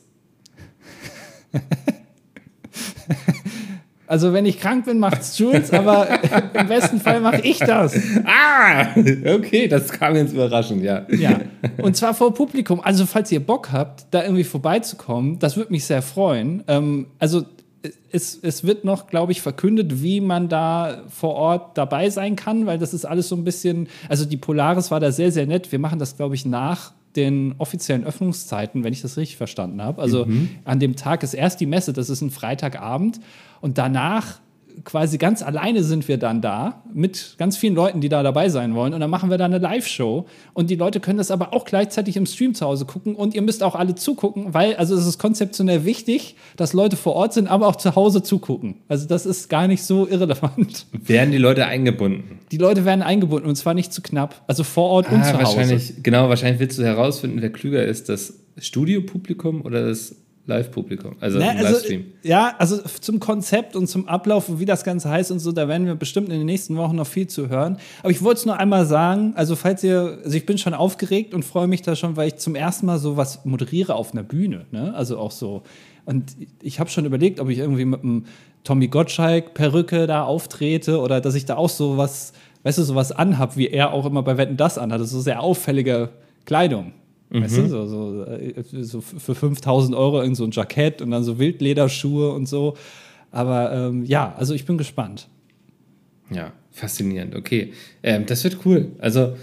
Also wenn ich krank bin, macht's Jules, aber im besten Fall mache ich das. Okay, das kam jetzt überraschend, ja. Ja, und zwar vor Publikum. Also falls ihr Bock habt, da irgendwie vorbeizukommen, das würde mich sehr freuen. Also es wird noch, glaube ich, verkündet, wie man da vor Ort dabei sein kann, weil das ist alles so ein bisschen, also die Polaris war da sehr, sehr nett. Wir machen das, glaube ich, nach den offiziellen Öffnungszeiten, wenn ich das richtig verstanden habe. Also an dem Tag ist erst die Messe, das ist ein Freitagabend. Und danach quasi ganz alleine sind wir dann da mit ganz vielen Leuten, die da dabei sein wollen. Und dann machen wir da eine Live-Show. Und die Leute können das aber auch gleichzeitig im Stream zu Hause gucken. Und ihr müsst auch alle zugucken, weil also es ist konzeptionell wichtig, dass Leute vor Ort sind, aber auch zu Hause zugucken. Also das ist gar nicht so irrelevant. Werden die Leute eingebunden? Die Leute werden eingebunden und zwar nicht zu knapp. Also vor Ort und zu Hause. Wahrscheinlich willst du herausfinden, wer klüger ist, das Studiopublikum oder das Live-Publikum, also Ne, im also, Livestream. ja, also zum Konzept und zum Ablauf und wie das Ganze heißt und so, da werden wir bestimmt in den nächsten Wochen noch viel zu hören. Aber ich wollte es nur einmal sagen, also ich bin schon aufgeregt und freue mich da schon, weil ich zum ersten Mal so was moderiere auf einer Bühne, ne? Also auch so. Und ich habe schon überlegt, ob ich irgendwie mit einem Tommy Gottschalk-Perücke da auftrete oder dass ich da auch so was, weißt du, sowas anhab, wie er auch immer bei Wetten, das anhat. So sehr auffällige Kleidung. Weißt du, so für 5.000 Euro irgend so ein Jackett und dann so Wildlederschuhe und so. Aber ja, also ich bin gespannt. Ja, faszinierend, okay. Das wird cool. Also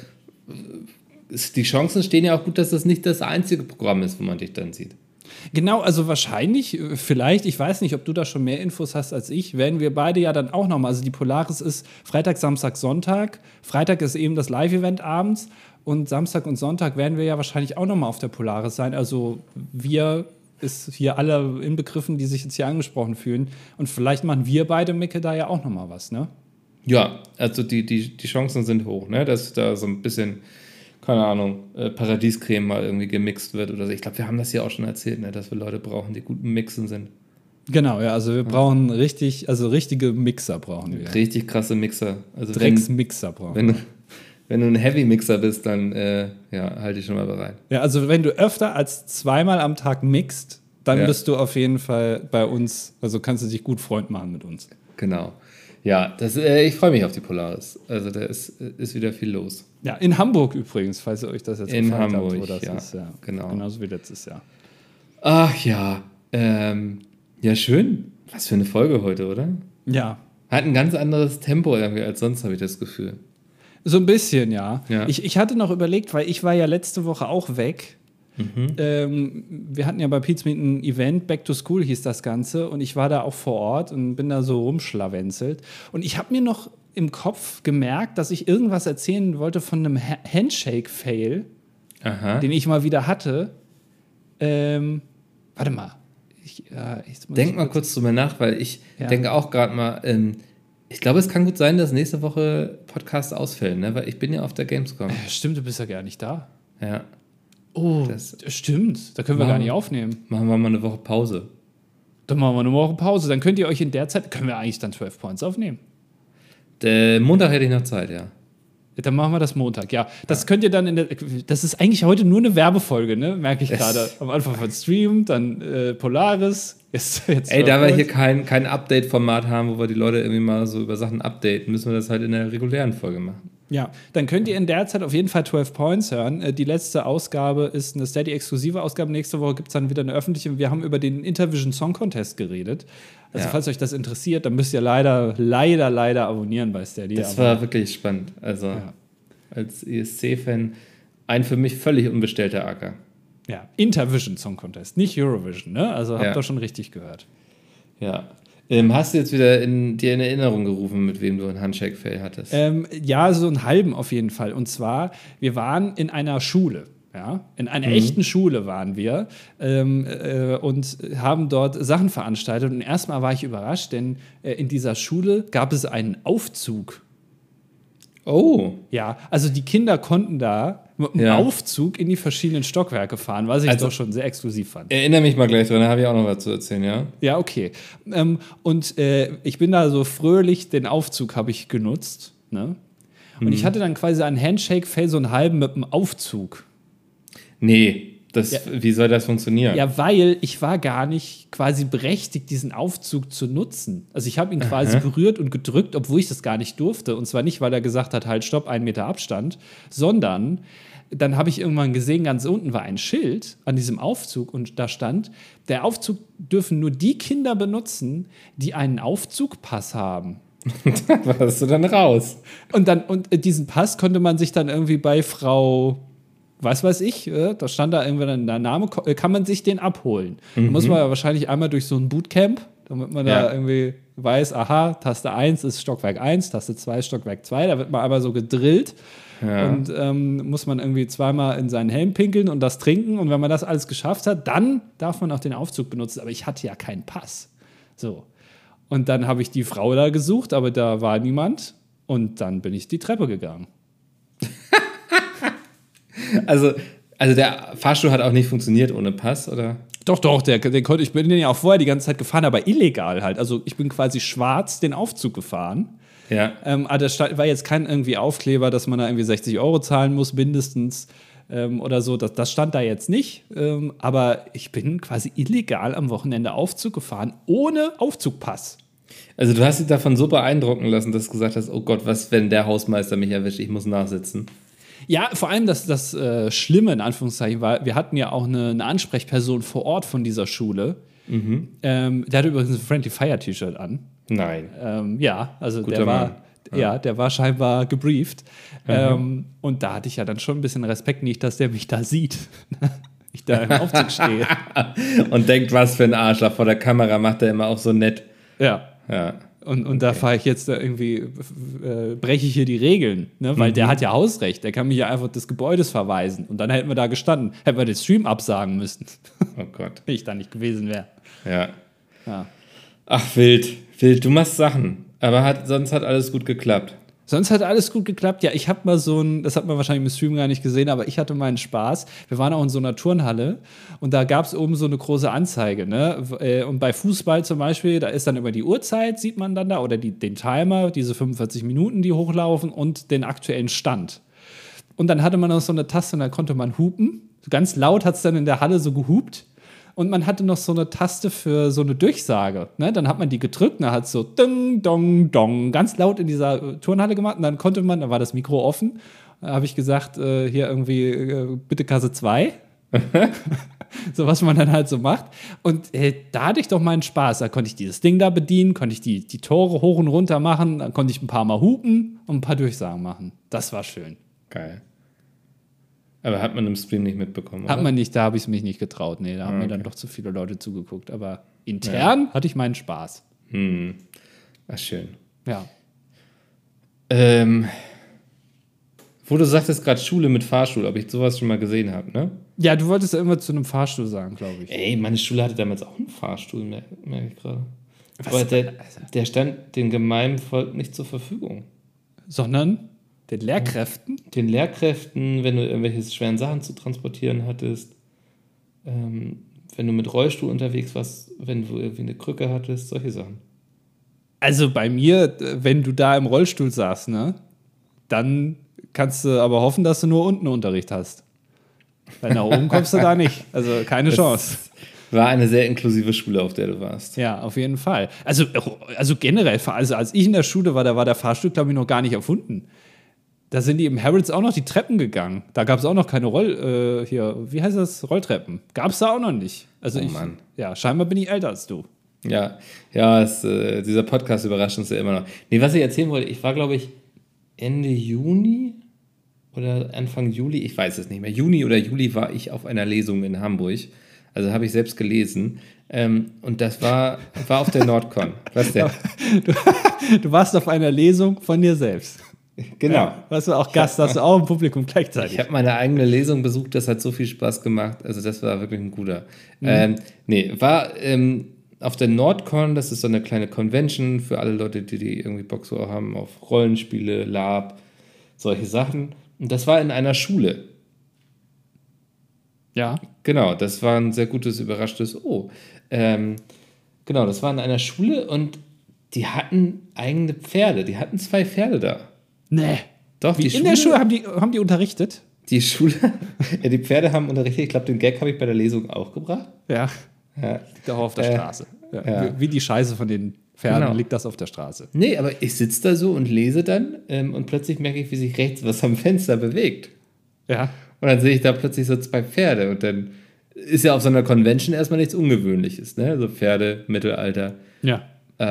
die Chancen stehen ja auch gut, dass das nicht das einzige Programm ist, wo man dich dann sieht. Genau, also wahrscheinlich, vielleicht, ich weiß nicht, ob du da schon mehr Infos hast als ich, werden wir beide ja dann auch nochmal, also die Polaris ist Freitag, Samstag, Sonntag. Freitag ist eben das Live-Event abends und Samstag und Sonntag werden wir ja wahrscheinlich auch nochmal auf der Polaris sein. Also wir ist hier alle inbegriffen, die sich jetzt hier angesprochen fühlen. Und vielleicht machen wir beide, Micke, da ja auch nochmal was, ne? Ja, also die Chancen sind hoch, ne? Dass da so ein bisschen, keine Ahnung, Paradiescreme mal irgendwie gemixt wird oder so. Ich glaube, wir haben das ja auch schon erzählt, ne? Dass wir Leute brauchen, die gut im Mixen sind. Genau, ja, also wir brauchen richtige Mixer brauchen wir. Richtig krasse Mixer. Also Drecksmixer brauchen wir. wenn du ein Heavy-Mixer bist, dann halt dich schon mal bereit. Ja, also wenn du öfter als zweimal am Tag mixt, dann bist du auf jeden Fall bei uns, also kannst du dich gut Freund machen mit uns. Genau. Ja, ich freue mich auf die Polaris. Also da ist wieder viel los. Ja, in Hamburg übrigens, falls ihr euch das jetzt in gefragt Hamburg, habt, wo das ist. Ja, genau. Genauso wie letztes Jahr. Ach ja, ja schön. Was für eine Folge heute, oder? Ja. Hat ein ganz anderes Tempo irgendwie als sonst, habe ich das Gefühl. So ein bisschen, ja. Ja. Ich hatte noch überlegt, weil ich war ja letzte Woche auch weg. Wir hatten ja bei Pete's Meet ein Event, Back to School hieß das Ganze, und ich war da auch vor Ort und bin da so rumschlawenzelt. Und ich habe mir noch im Kopf gemerkt, dass ich irgendwas erzählen wollte von einem Handshake-Fail, den ich mal wieder hatte. Warte mal. Denk mal kurz drüber nach, weil ich denke auch gerade mal, ich glaube, es kann gut sein, dass nächste Woche Podcast ausfällt, ne? Weil ich bin ja auf der Gamescom. Stimmt, du bist ja gar nicht da. Ja. Oh, stimmt. Da können wir gar nicht aufnehmen. Machen wir mal eine Woche Pause. Dann machen wir eine Woche Pause. Dann könnt ihr euch in der Zeit, können wir eigentlich dann 12 Points aufnehmen? Montag hätte ich noch Zeit, ja. Dann machen wir das Montag, ja. Das könnt ihr dann das ist eigentlich heute nur eine Werbefolge, ne? Merke ich gerade. Am Anfang von Stream, dann Polaris. Jetzt Ey, da wir hier kein Update-Format haben, wo wir die Leute irgendwie mal so über Sachen updaten, müssen wir das halt in der regulären Folge machen. Ja, dann könnt ihr in der Zeit auf jeden Fall 12 Points hören. Die letzte Ausgabe ist eine Steady-exklusive Ausgabe. Nächste Woche gibt es dann wieder eine öffentliche. Wir haben über den Intervision Song Contest geredet. Also falls euch das interessiert, dann müsst ihr leider abonnieren bei Steady. Das war wirklich spannend. Also als ESC-Fan ein für mich völlig unbestellter Acker. Ja, Intervision Song Contest, nicht Eurovision, ne? Also habt ihr schon richtig gehört. Ja. Hast du jetzt wieder dir in Erinnerung gerufen, mit wem du einen Handshake-Fail hattest? Ja, so einen halben auf jeden Fall. Und zwar, wir waren in einer Schule. Ja, in einer echten Schule waren wir und haben dort Sachen veranstaltet. Und erstmal war ich überrascht, denn in dieser Schule gab es einen Aufzug. Oh. Ja, also die Kinder konnten da mit einem Aufzug in die verschiedenen Stockwerke fahren, was ich doch schon sehr exklusiv fand. Erinnere mich mal gleich dran, da habe ich auch noch was zu erzählen, ja? Ja, okay. Und ich bin da so fröhlich, den Aufzug habe ich genutzt. Ne? Und ich hatte dann quasi einen Handshake-Fail, so einen halben mit einem Aufzug. Nee, wie soll das funktionieren? Ja, weil ich war gar nicht quasi berechtigt, diesen Aufzug zu nutzen. Also ich habe ihn quasi berührt und gedrückt, obwohl ich das gar nicht durfte. Und zwar nicht, weil er gesagt hat, halt, stopp, 1 Meter Abstand, sondern dann habe ich irgendwann gesehen, ganz unten war ein Schild an diesem Aufzug und da stand, der Aufzug dürfen nur die Kinder benutzen, die einen Aufzugpass haben. Da warst du dann raus. Und diesen Pass konnte man sich dann irgendwie bei Frau, was weiß ich, da stand da irgendwann der Name, kann man sich den abholen. Da muss man ja wahrscheinlich einmal durch so ein Bootcamp, damit man da irgendwie weiß, aha, Taste 1 ist Stockwerk 1, Taste 2 Stockwerk 2, da wird man einmal so gedrillt. Ja. Und muss man irgendwie zweimal in seinen Helm pinkeln und das trinken. Und wenn man das alles geschafft hat, dann darf man auch den Aufzug benutzen. Aber ich hatte ja keinen Pass. So. Und dann habe ich die Frau da gesucht, aber da war niemand. Und dann bin ich die Treppe gegangen. Also der Fahrstuhl hat auch nicht funktioniert ohne Pass, oder? Doch, den konnte ich bin den ja auch vorher die ganze Zeit gefahren, aber illegal halt. Also ich bin quasi schwarz den Aufzug gefahren. Ja. Aber war jetzt kein irgendwie Aufkleber, dass man da irgendwie 60 € zahlen muss, mindestens oder so. Das stand da jetzt nicht. Aber ich bin quasi illegal am Wochenende Aufzug gefahren, ohne Aufzugpass. Also du hast dich davon so beeindrucken lassen, dass du gesagt hast, oh Gott, was, wenn der Hausmeister mich erwischt, ich muss nachsitzen. Ja, vor allem das Schlimme, in Anführungszeichen, war, wir hatten ja auch eine Ansprechperson vor Ort von dieser Schule. Der hatte übrigens ein Friendly Fire T-Shirt an. Nein. Ja, also Guter Mann. der war scheinbar gebrieft. Und da hatte ich ja dann schon ein bisschen Respekt, nicht, dass der mich da sieht. Ich da im Aufzug stehe. Und denkt, was für ein Arschloch. Vor der Kamera macht er immer auch so nett. Ja. Und da fahre ich jetzt da irgendwie, breche ich hier die Regeln, ne? Weil der hat ja Hausrecht, der kann mich ja einfach des Gebäudes verweisen. Und dann hätten wir da gestanden, hätten wir den Stream absagen müssen. Oh Gott. Wenn ich da nicht gewesen wäre. Ja. Ach, wild. Du machst Sachen. Aber sonst hat alles gut geklappt. Sonst hat alles gut geklappt. Ja, ich habe mal das hat man wahrscheinlich im Stream gar nicht gesehen, aber ich hatte meinen Spaß. Wir waren auch in so einer Turnhalle und da gab es oben so eine große Anzeige. Ne? Und bei Fußball zum Beispiel, da ist dann über die Uhrzeit, sieht man dann da, oder den Timer, diese 45 Minuten, die hochlaufen und den aktuellen Stand. Und dann hatte man noch so eine Taste und da konnte man hupen. Ganz laut hat es dann in der Halle so gehupt. Und man hatte noch so eine Taste für so eine Durchsage. Ne? Dann hat man die gedrückt und dann hat es so ding, dong, dong ganz laut in dieser Turnhalle gemacht. Und dann da war das Mikro offen. Da habe ich gesagt, hier irgendwie, bitte Kasse 2. So was man dann halt so macht. Und da hatte ich doch meinen Spaß. Da konnte ich dieses Ding da bedienen, konnte ich die Tore hoch und runter machen. Dann konnte ich ein paar Mal hupen und ein paar Durchsagen machen. Das war schön. Geil. Aber hat man im Stream nicht mitbekommen, oder? Hat man nicht, da habe ich es mich nicht getraut. Nee, da haben mir dann doch zu viele Leute zugeguckt. Aber intern hatte ich meinen Spaß. Ach, schön. Ja. Wo du sagtest gerade Schule mit Fahrstuhl, ob ich sowas schon mal gesehen habe, ne? Ja, du wolltest ja immer zu einem Fahrstuhl sagen, glaube ich. Ey, meine Schule hatte damals auch einen Fahrstuhl, merke ich gerade. Aber der stand dem gemeinen Volk nicht zur Verfügung. Sondern den Lehrkräften? Den Lehrkräften, wenn du irgendwelche schweren Sachen zu transportieren hattest, wenn du mit Rollstuhl unterwegs warst, wenn du irgendwie eine Krücke hattest, solche Sachen. Also bei mir, wenn du da im Rollstuhl saßt, ne, dann kannst du aber hoffen, dass du nur unten Unterricht hast. Weil nach oben kommst du da nicht. Also keine Chance. War eine sehr inklusive Schule, auf der du warst. Ja, auf jeden Fall. Also generell, also als ich in der Schule war, da war der Fahrstuhl, glaube ich, noch gar nicht erfunden. Da sind die im Harrods auch noch die Treppen gegangen. Da gab es auch noch keine wie heißt das? Rolltreppen. Gab es da auch noch nicht. Also Mann. Ja, scheinbar bin ich älter als du. Ja, dieser Podcast überrascht uns ja immer noch. Nee, was ich erzählen wollte, ich war, glaube ich, Ende Juni oder Anfang Juli, ich weiß es nicht mehr. Juni oder Juli war ich auf einer Lesung in Hamburg. Also habe ich selbst gelesen. Und das war auf der Nordcon. Was denn? Du warst auf einer Lesung von dir selbst. Genau. Ja, warst du auch Gast, hast du auch im Publikum gleichzeitig. Ich habe meine eigene Lesung besucht, das hat so viel Spaß gemacht. Also das war wirklich ein guter. War auf der Nordcon, das ist so eine kleine Convention für alle Leute, die irgendwie Bock so haben auf Rollenspiele, Lab, solche Sachen. Und das war in einer Schule. Ja. Genau, das war ein sehr gutes, überraschtes genau, das war in einer Schule und die hatten eigene Pferde. Die hatten 2 Pferde da. Nee. Doch, Wie, in der Schule haben die unterrichtet? Die Schule, die Pferde haben unterrichtet. Ich glaube, den Gag habe ich bei der Lesung auch gebracht. Ja. Liegt auch auf der Straße. Ja. Wie die Scheiße von den Pferden liegt das auf der Straße. Nee, aber ich sitze da so und lese dann und plötzlich merke ich, wie sich rechts was am Fenster bewegt. Ja. Und dann sehe ich da plötzlich so 2 Pferde und dann ist ja auf so einer Convention erstmal nichts Ungewöhnliches, ne? So Pferde, Mittelalter. Ja.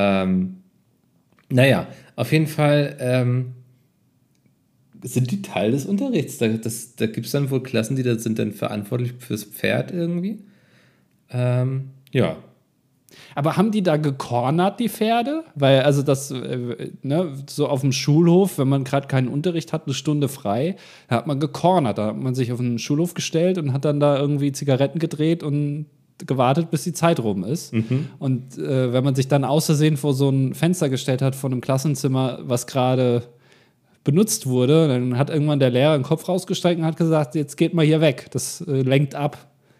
Naja, auf jeden Fall sind die Teil des Unterrichts. Da gibt es dann wohl Klassen, die da sind dann verantwortlich fürs Pferd irgendwie. Ja. Aber haben die da gecornert, die Pferde? Weil, also das, so auf dem Schulhof, wenn man gerade keinen Unterricht hat, eine Stunde frei, da hat man gecornert. Da hat man sich auf den Schulhof gestellt und hat dann da irgendwie Zigaretten gedreht und gewartet, bis die Zeit rum ist. Und wenn man sich dann aus Versehen vor so ein Fenster gestellt hat von einem Klassenzimmer, was gerade benutzt wurde, dann hat irgendwann der Lehrer den Kopf rausgestreckt und hat gesagt, jetzt geht mal hier weg, das lenkt ab.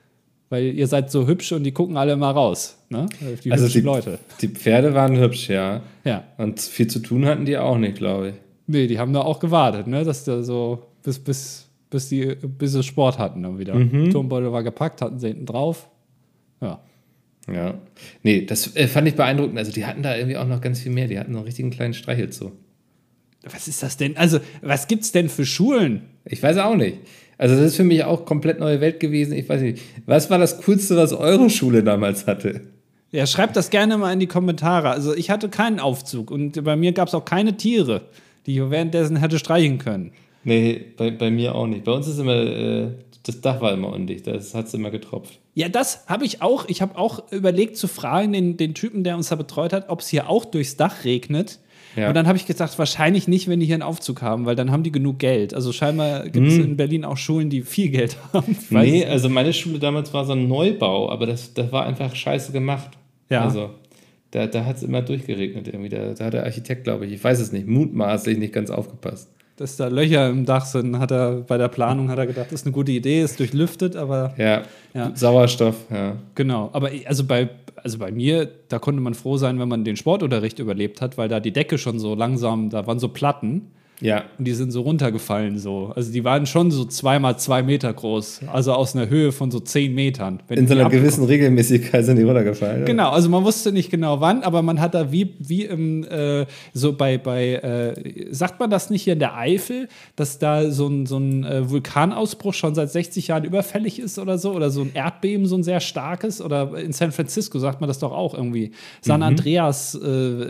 Weil ihr seid so hübsch und die gucken alle immer raus. Ne? Die hübschen Leute. Die Pferde waren hübsch, ja. Ja. Und viel zu tun hatten die auch nicht, glaube ich. Nee, die haben da auch gewartet, ne? Dass da so bis sie Sport hatten dann wieder. Turmbeutel war gepackt, hatten sie hinten drauf. Ja. Ja. Nee, das fand ich beeindruckend. Also die hatten da irgendwie auch noch ganz viel mehr. Die hatten so einen richtigen kleinen Streichelzoo. Was ist das denn? Also, was gibt's denn für Schulen? Ich weiß auch nicht. Also das ist für mich auch komplett neue Welt gewesen. Ich weiß nicht. Was war das Coolste, was eure Schule damals hatte? Ja, schreibt das gerne mal in die Kommentare. Also ich hatte keinen Aufzug und bei mir gab es auch keine Tiere, die ich währenddessen hätte streichen können. Nee, bei mir auch nicht. Bei uns ist immer, das Dach war immer undicht, das hat es immer getropft. Ja, das habe ich auch. Ich habe auch überlegt zu fragen, den Typen, der uns da betreut hat, ob es hier auch durchs Dach regnet. Ja. Und dann habe ich gesagt, wahrscheinlich nicht, wenn die hier einen Aufzug haben, weil dann haben die genug Geld. Also scheinbar gibt es in Berlin auch Schulen, die viel Geld haben. Nee, also meine Schule damals war so ein Neubau, aber das war einfach scheiße gemacht. Ja. Also da hat es immer durchgeregnet irgendwie. Da hat der Architekt, glaube ich weiß es nicht, mutmaßlich nicht ganz aufgepasst. Dass da Löcher im Dach sind, hat er bei der Planung gedacht, das ist eine gute Idee, ist durchlüftet, aber ja. Sauerstoff, ja. Genau, aber also bei mir, da konnte man froh sein, wenn man den Sportunterricht überlebt hat, weil da die Decke schon so langsam, da waren so Platten. Ja. Und die sind so runtergefallen so. Also die waren schon so 2x2 Meter groß. Also aus einer Höhe von so 10 Metern. In so einer gewissen Regelmäßigkeit sind die runtergefallen. Genau, also man wusste nicht genau wann, aber man hat da wie im, so bei sagt man das nicht hier in der Eifel, dass da so ein Vulkanausbruch schon seit 60 Jahren überfällig ist oder so ein Erdbeben, so ein sehr starkes, oder in San Francisco sagt man das doch auch irgendwie. San Andreas,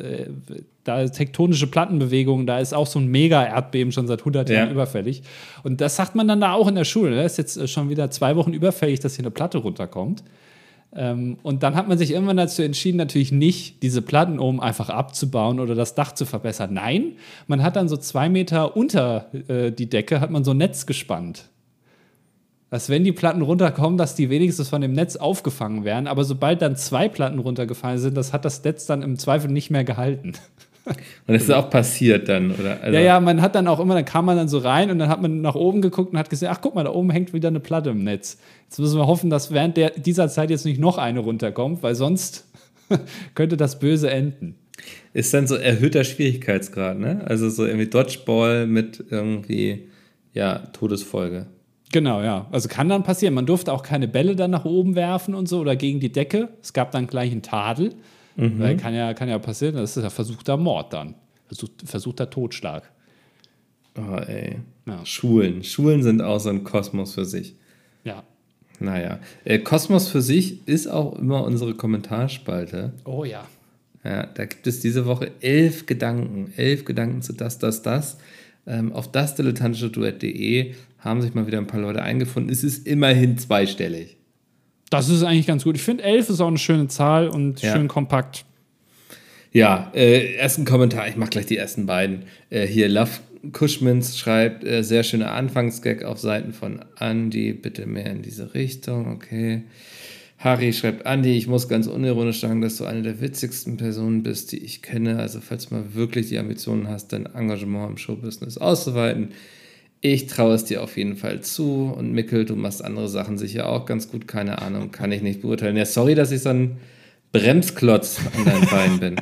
da tektonische Plattenbewegungen, da ist auch so ein Mega-Erdbeben schon seit 100 Jahren überfällig. Und das sagt man dann da auch in der Schule. Da ist jetzt schon wieder 2 Wochen überfällig, dass hier eine Platte runterkommt. Und dann hat man sich irgendwann dazu entschieden, natürlich nicht diese Platten oben einfach abzubauen oder das Dach zu verbessern. Nein, man hat dann so 2 Meter unter die Decke, hat man so ein Netz gespannt. Dass wenn die Platten runterkommen, dass die wenigstens von dem Netz aufgefangen werden. Aber sobald dann 2 Platten runtergefallen sind, das hat das Netz dann im Zweifel nicht mehr gehalten. Und das ist auch passiert dann, oder? Also ja, man hat dann auch immer, dann kam man dann so rein und dann hat man nach oben geguckt und hat gesehen, ach guck mal, da oben hängt wieder eine Platte im Netz. Jetzt müssen wir hoffen, dass während dieser Zeit jetzt nicht noch eine runterkommt, weil sonst könnte das böse enden. Ist dann so erhöhter Schwierigkeitsgrad, ne? Also so irgendwie Dodgeball mit irgendwie, Todesfolge. Genau, ja. Also kann dann passieren. Man durfte auch keine Bälle dann nach oben werfen und so oder gegen die Decke. Es gab dann gleich einen Tadel. Weil kann ja passieren, das ist ja versuchter Mord dann. Versuchter Totschlag. Oh, ey. Ja. Schulen sind auch so ein Kosmos für sich. Ja. Naja. Kosmos für sich ist auch immer unsere Kommentarspalte. Oh ja. Ja, da gibt es diese Woche 11 Gedanken. 11 Gedanken zu das. Auf dasdilettantische-duett.de haben sich mal wieder ein paar Leute eingefunden. Es ist immerhin zweistellig. Das ist eigentlich ganz gut. Ich finde, 11 ist auch eine schöne Zahl und schön kompakt. Ja, ersten Kommentar. Ich mache gleich die ersten beiden. Hier, Love Cushmans schreibt, sehr schöner Anfangsgag auf Seiten von Andi. Bitte mehr in diese Richtung. Okay. Harry schreibt, Andi, ich muss ganz unironisch sagen, dass du eine der witzigsten Personen bist, die ich kenne. Also falls du mal wirklich die Ambitionen hast, dein Engagement im Showbusiness auszuweiten, ich traue es dir auf jeden Fall zu. Und Mikkel, du machst andere Sachen sicher auch ganz gut. Keine Ahnung, kann ich nicht beurteilen. Ja, sorry, dass ich so ein Bremsklotz an deinen Beinen bin.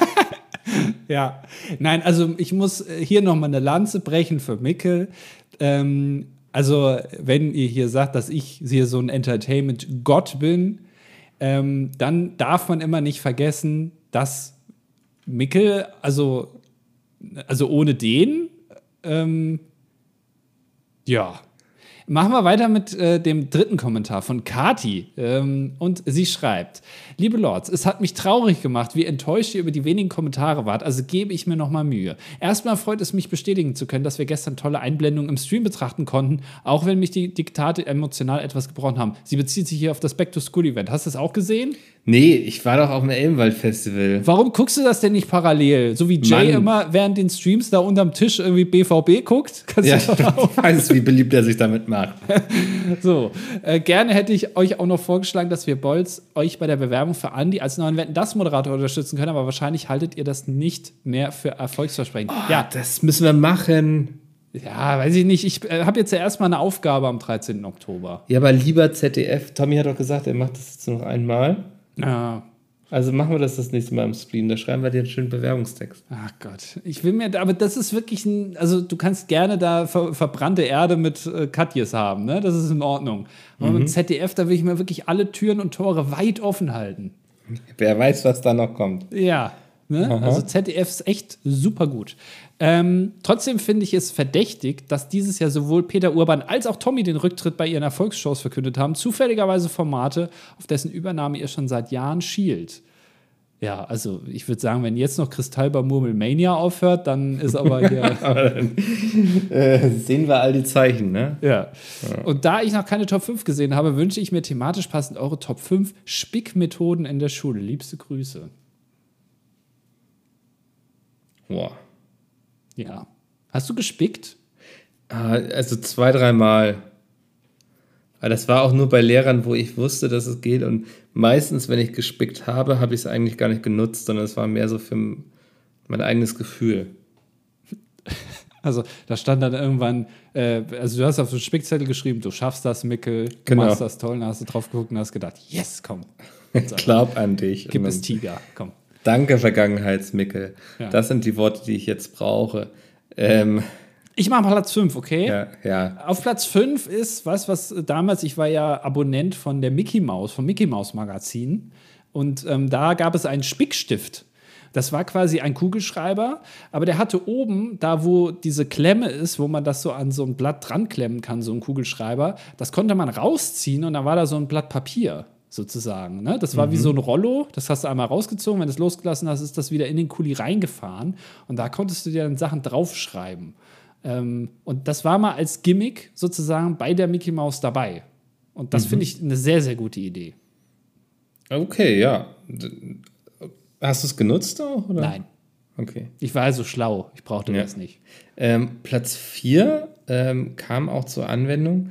Ja, nein, also ich muss hier nochmal eine Lanze brechen für Mikkel. Also wenn ihr hier sagt, dass ich hier so ein Entertainment-Gott bin, dann darf man immer nicht vergessen, dass Mikkel, also ohne den, ja. Machen wir weiter mit dem dritten Kommentar von Kati. Und sie schreibt: Liebe Lords, es hat mich traurig gemacht, wie enttäuscht ihr über die wenigen Kommentare wart, also gebe ich mir nochmal Mühe. Erstmal freut es mich, bestätigen zu können, dass wir gestern tolle Einblendungen im Stream betrachten konnten, auch wenn mich die Diktate emotional etwas gebrochen haben. Sie bezieht sich hier auf das Back-to-School-Event. Hast du es auch gesehen? Nee, ich war doch auf dem Elbenwald-Festival. Warum guckst du das denn nicht parallel? So wie Jay immer während den Streams da unterm Tisch irgendwie BVB guckt? Kannst du doch weißt, wie beliebt er sich damit macht. So, gerne hätte ich euch auch noch vorgeschlagen, dass wir Bolz euch bei der Bewerbung für Andi als neuen Wetten-Das-Moderator unterstützen können, aber wahrscheinlich haltet ihr das nicht mehr für erfolgsversprechend. Ja, das müssen wir machen. Ja, weiß ich nicht. Ich habe jetzt ja erstmal eine Aufgabe am 13. Oktober. Ja, aber lieber ZDF. Tommy hat doch gesagt, er macht das jetzt noch einmal. Ja. Also machen wir das nächste Mal im Stream. Da schreiben wir dir einen schönen Bewerbungstext. Ach Gott. Ich will mir, aber das ist wirklich also du kannst gerne da verbrannte Erde mit Katjes haben, ne? Das ist in Ordnung. Aber mit ZDF, da will ich mir wirklich alle Türen und Tore weit offen halten. Wer weiß, was da noch kommt. Ja. Ne? Also ZDF ist echt super gut. Trotzdem finde ich es verdächtig, dass dieses Jahr sowohl Peter Urban als auch Tommy den Rücktritt bei ihren Erfolgsshows verkündet haben. Zufälligerweise Formate, auf dessen Übernahme ihr schon seit Jahren schielt. Ja, also ich würde sagen, wenn jetzt noch Kristallbar Murmelmania aufhört, dann ist aber hier. Sehen wir all die Zeichen, ne? Ja. Und da ich noch keine Top 5 gesehen habe, wünsche ich mir thematisch passend eure Top 5 Spickmethoden in der Schule. Liebste Grüße. Boah. Ja. Hast du gespickt? Also 2, 3 Mal. Aber das war auch nur bei Lehrern, wo ich wusste, dass es geht. Und meistens, wenn ich gespickt habe, habe ich es eigentlich gar nicht genutzt, sondern es war mehr so für mein eigenes Gefühl. Also da stand dann irgendwann, also du hast auf so einen Spickzettel geschrieben, du schaffst das, Mickel, du Genau. machst das toll. Dann hast du drauf geguckt und hast gedacht, yes, komm. Glaub an dich. Gib es Tiger, komm. Danke, Vergangenheitsmickel. Ja. Das sind die Worte, die ich jetzt brauche. Ich mache Platz 5, okay? Ja. Auf Platz 5 ist was damals, ich war ja Abonnent von der Mickey Mouse, vom Mickey Mouse Magazin. Und da gab es einen Spickstift. Das war quasi ein Kugelschreiber, aber der hatte oben, da wo diese Klemme ist, wo man das so an so ein Blatt dran klemmen kann, so ein Kugelschreiber, das konnte man rausziehen und dann war da so ein Blatt Papier sozusagen. Ne? Das war wie so ein Rollo, das hast du einmal rausgezogen, wenn du es losgelassen hast, ist das wieder in den Kuli reingefahren und da konntest du dir dann Sachen draufschreiben. Und das war mal als Gimmick sozusagen bei der Mickey Mouse dabei. Und das finde ich eine sehr, sehr gute Idee. Okay, ja. Hast du es genutzt auch? Oder? Nein. Okay. Ich war also schlau. Ich brauchte das nicht. Platz 4 kam auch zur Anwendung.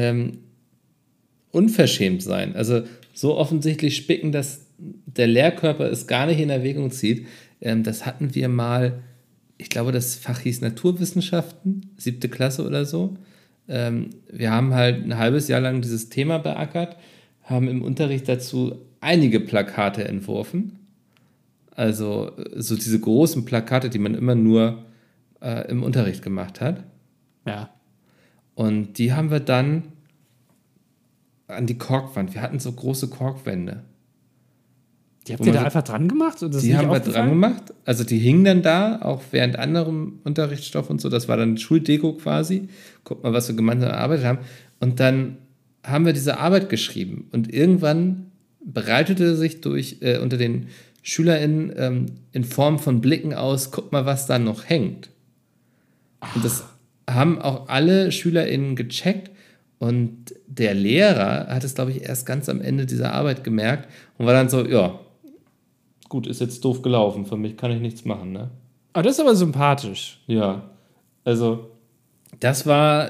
Unverschämt sein. Also so offensichtlich spicken, dass der Lehrkörper es gar nicht in Erwägung zieht. Das hatten wir mal, ich glaube, das Fach hieß Naturwissenschaften, 7. Klasse oder so. Wir haben halt ein halbes Jahr lang dieses Thema beackert, haben im Unterricht dazu einige Plakate entworfen. Also so diese großen Plakate, die man immer nur im Unterricht gemacht hat. Ja. Und die haben wir dann an die Korkwand. Wir hatten so große Korkwände. Die habt ihr da einfach dran gemacht? Und das Die ist nicht haben wir aufgefallen? dran gemacht. Also die hingen dann da, auch während anderem Unterrichtsstoff und so. Das war dann Schuldeko quasi. Guck mal, was wir gemeinsam erarbeitet haben. Und dann haben wir diese Arbeit geschrieben. Und irgendwann breitete sich unter den SchülerInnen in Form von Blicken aus, guck mal, was da noch hängt. Und das haben auch alle SchülerInnen gecheckt. Und der Lehrer hat es, glaube ich, erst ganz am Ende dieser Arbeit gemerkt und war dann so, ja, gut, ist jetzt doof gelaufen, für mich kann ich nichts machen, ne? Aber das ist aber sympathisch. Ja, also das war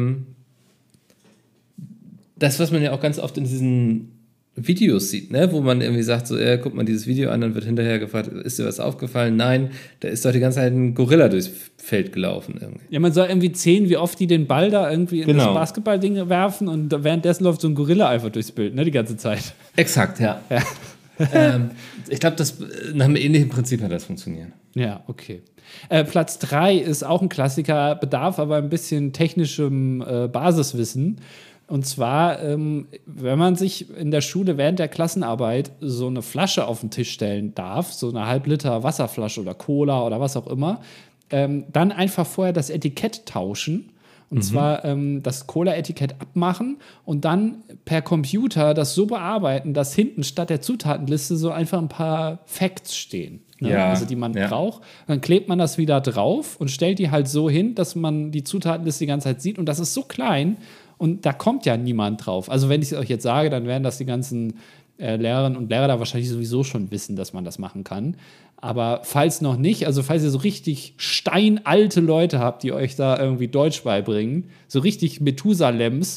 das, was man ja auch ganz oft in diesen Videos sieht, ne? Wo man irgendwie sagt, so, guck mal dieses Video an, dann wird hinterher gefragt, ist dir was aufgefallen? Nein, da ist doch die ganze Zeit ein Gorilla durchs Feld gelaufen irgendwie. Ja, man soll irgendwie zählen, wie oft die den Ball da irgendwie in das Basketballding werfen und währenddessen läuft so ein Gorilla einfach durchs Bild, ne, die ganze Zeit. Exakt, ja. Ich glaube, nach einem ähnlichen Prinzip hat das funktioniert. Ja, okay. Platz 3 ist auch ein Klassiker, bedarf aber ein bisschen technischem Basiswissen. Und zwar, wenn man sich in der Schule während der Klassenarbeit so eine Flasche auf den Tisch stellen darf, so eine Halb-Liter Wasserflasche oder Cola oder was auch immer, dann einfach vorher das Etikett tauschen. Und zwar das Cola-Etikett abmachen und dann per Computer das so bearbeiten, dass hinten statt der Zutatenliste so einfach ein paar Facts stehen. Ne? Ja, also die man braucht. Dann klebt man das wieder drauf und stellt die halt so hin, dass man die Zutatenliste die ganze Zeit sieht. Und das ist so klein und da kommt ja niemand drauf. Also wenn ich es euch jetzt sage, dann werden das die ganzen Lehrerinnen und Lehrer da wahrscheinlich sowieso schon wissen, dass man das machen kann. Aber falls noch nicht, also falls ihr so richtig steinalte Leute habt, die euch da irgendwie Deutsch beibringen, so richtig Methusalems,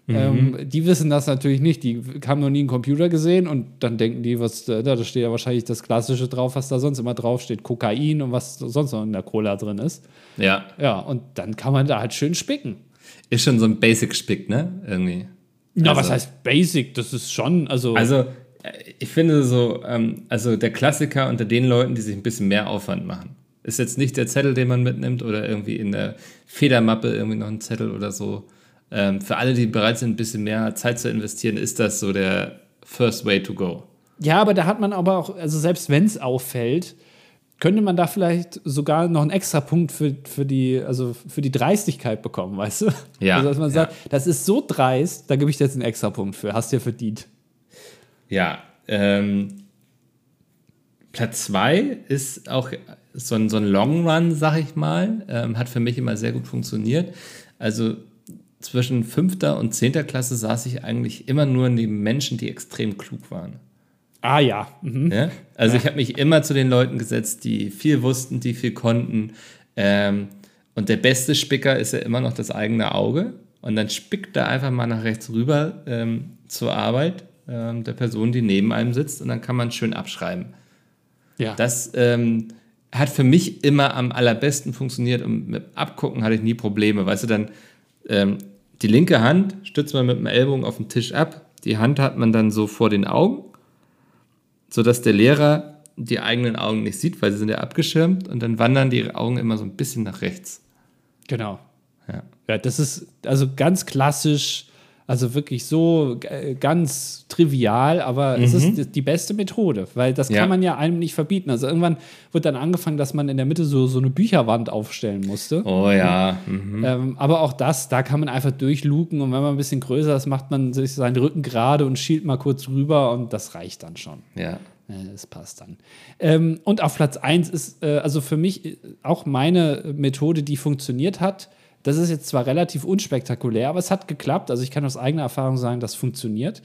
Die wissen das natürlich nicht. Die haben noch nie einen Computer gesehen und dann denken die, da steht ja wahrscheinlich das Klassische drauf, was da sonst immer drauf steht, Kokain und was sonst noch in der Cola drin ist. Ja. Ja, und dann kann man da halt schön spicken. Ist schon so ein Basic-Spick, ne? Irgendwie. Ja, was heißt Basic? Das ist schon, Also, ich finde so, also der Klassiker unter den Leuten, die sich ein bisschen mehr Aufwand machen. Ist jetzt nicht der Zettel, den man mitnimmt oder irgendwie in der Federmappe irgendwie noch ein Zettel oder so. Für alle, die bereit sind, ein bisschen mehr Zeit zu investieren, ist das so der first way to go. Ja, aber da hat man aber auch, also selbst wenn es auffällt, könnte man da vielleicht sogar noch einen extra Punkt für die Dreistigkeit bekommen, weißt du? Ja. Also dass man sagt, das ist so dreist, da gebe ich dir jetzt einen extra Punkt für. Hast du ja verdient. Ja, Platz 2 ist auch so ein Long Run, sag ich mal. Hat für mich immer sehr gut funktioniert. Also zwischen 5. und 10. Klasse saß ich eigentlich immer nur neben Menschen, die extrem klug waren. Ah ja. Mhm. Ja? Also ich habe mich immer zu den Leuten gesetzt, die viel wussten, die viel konnten. Und der beste Spicker ist ja immer noch das eigene Auge. Und dann spickt er einfach mal nach rechts rüber zur Arbeit der Person, die neben einem sitzt. Und dann kann man schön abschreiben. Ja. Das hat für mich immer am allerbesten funktioniert. Und mit Abgucken hatte ich nie Probleme. Weißt du, dann die linke Hand stützt man mit dem Ellbogen auf den Tisch ab. Die Hand hat man dann so vor den Augen, sodass der Lehrer die eigenen Augen nicht sieht, weil sie sind ja abgeschirmt. Und dann wandern die Augen immer so ein bisschen nach rechts. Genau. Ja, das ist also ganz klassisch, also wirklich so ganz trivial, aber es ist die beste Methode, weil das kann man ja einem nicht verbieten. Also irgendwann wird dann angefangen, dass man in der Mitte so eine Bücherwand aufstellen musste. Oh ja. Aber auch da kann man einfach durchluken und wenn man ein bisschen größer ist, macht man sich seinen Rücken gerade und schielt mal kurz rüber und das reicht dann schon. Ja. Das passt dann. Und auf Platz 1 ist also für mich auch meine Methode, die funktioniert hat. Das ist jetzt zwar relativ unspektakulär, aber es hat geklappt. Also ich kann aus eigener Erfahrung sagen, das funktioniert.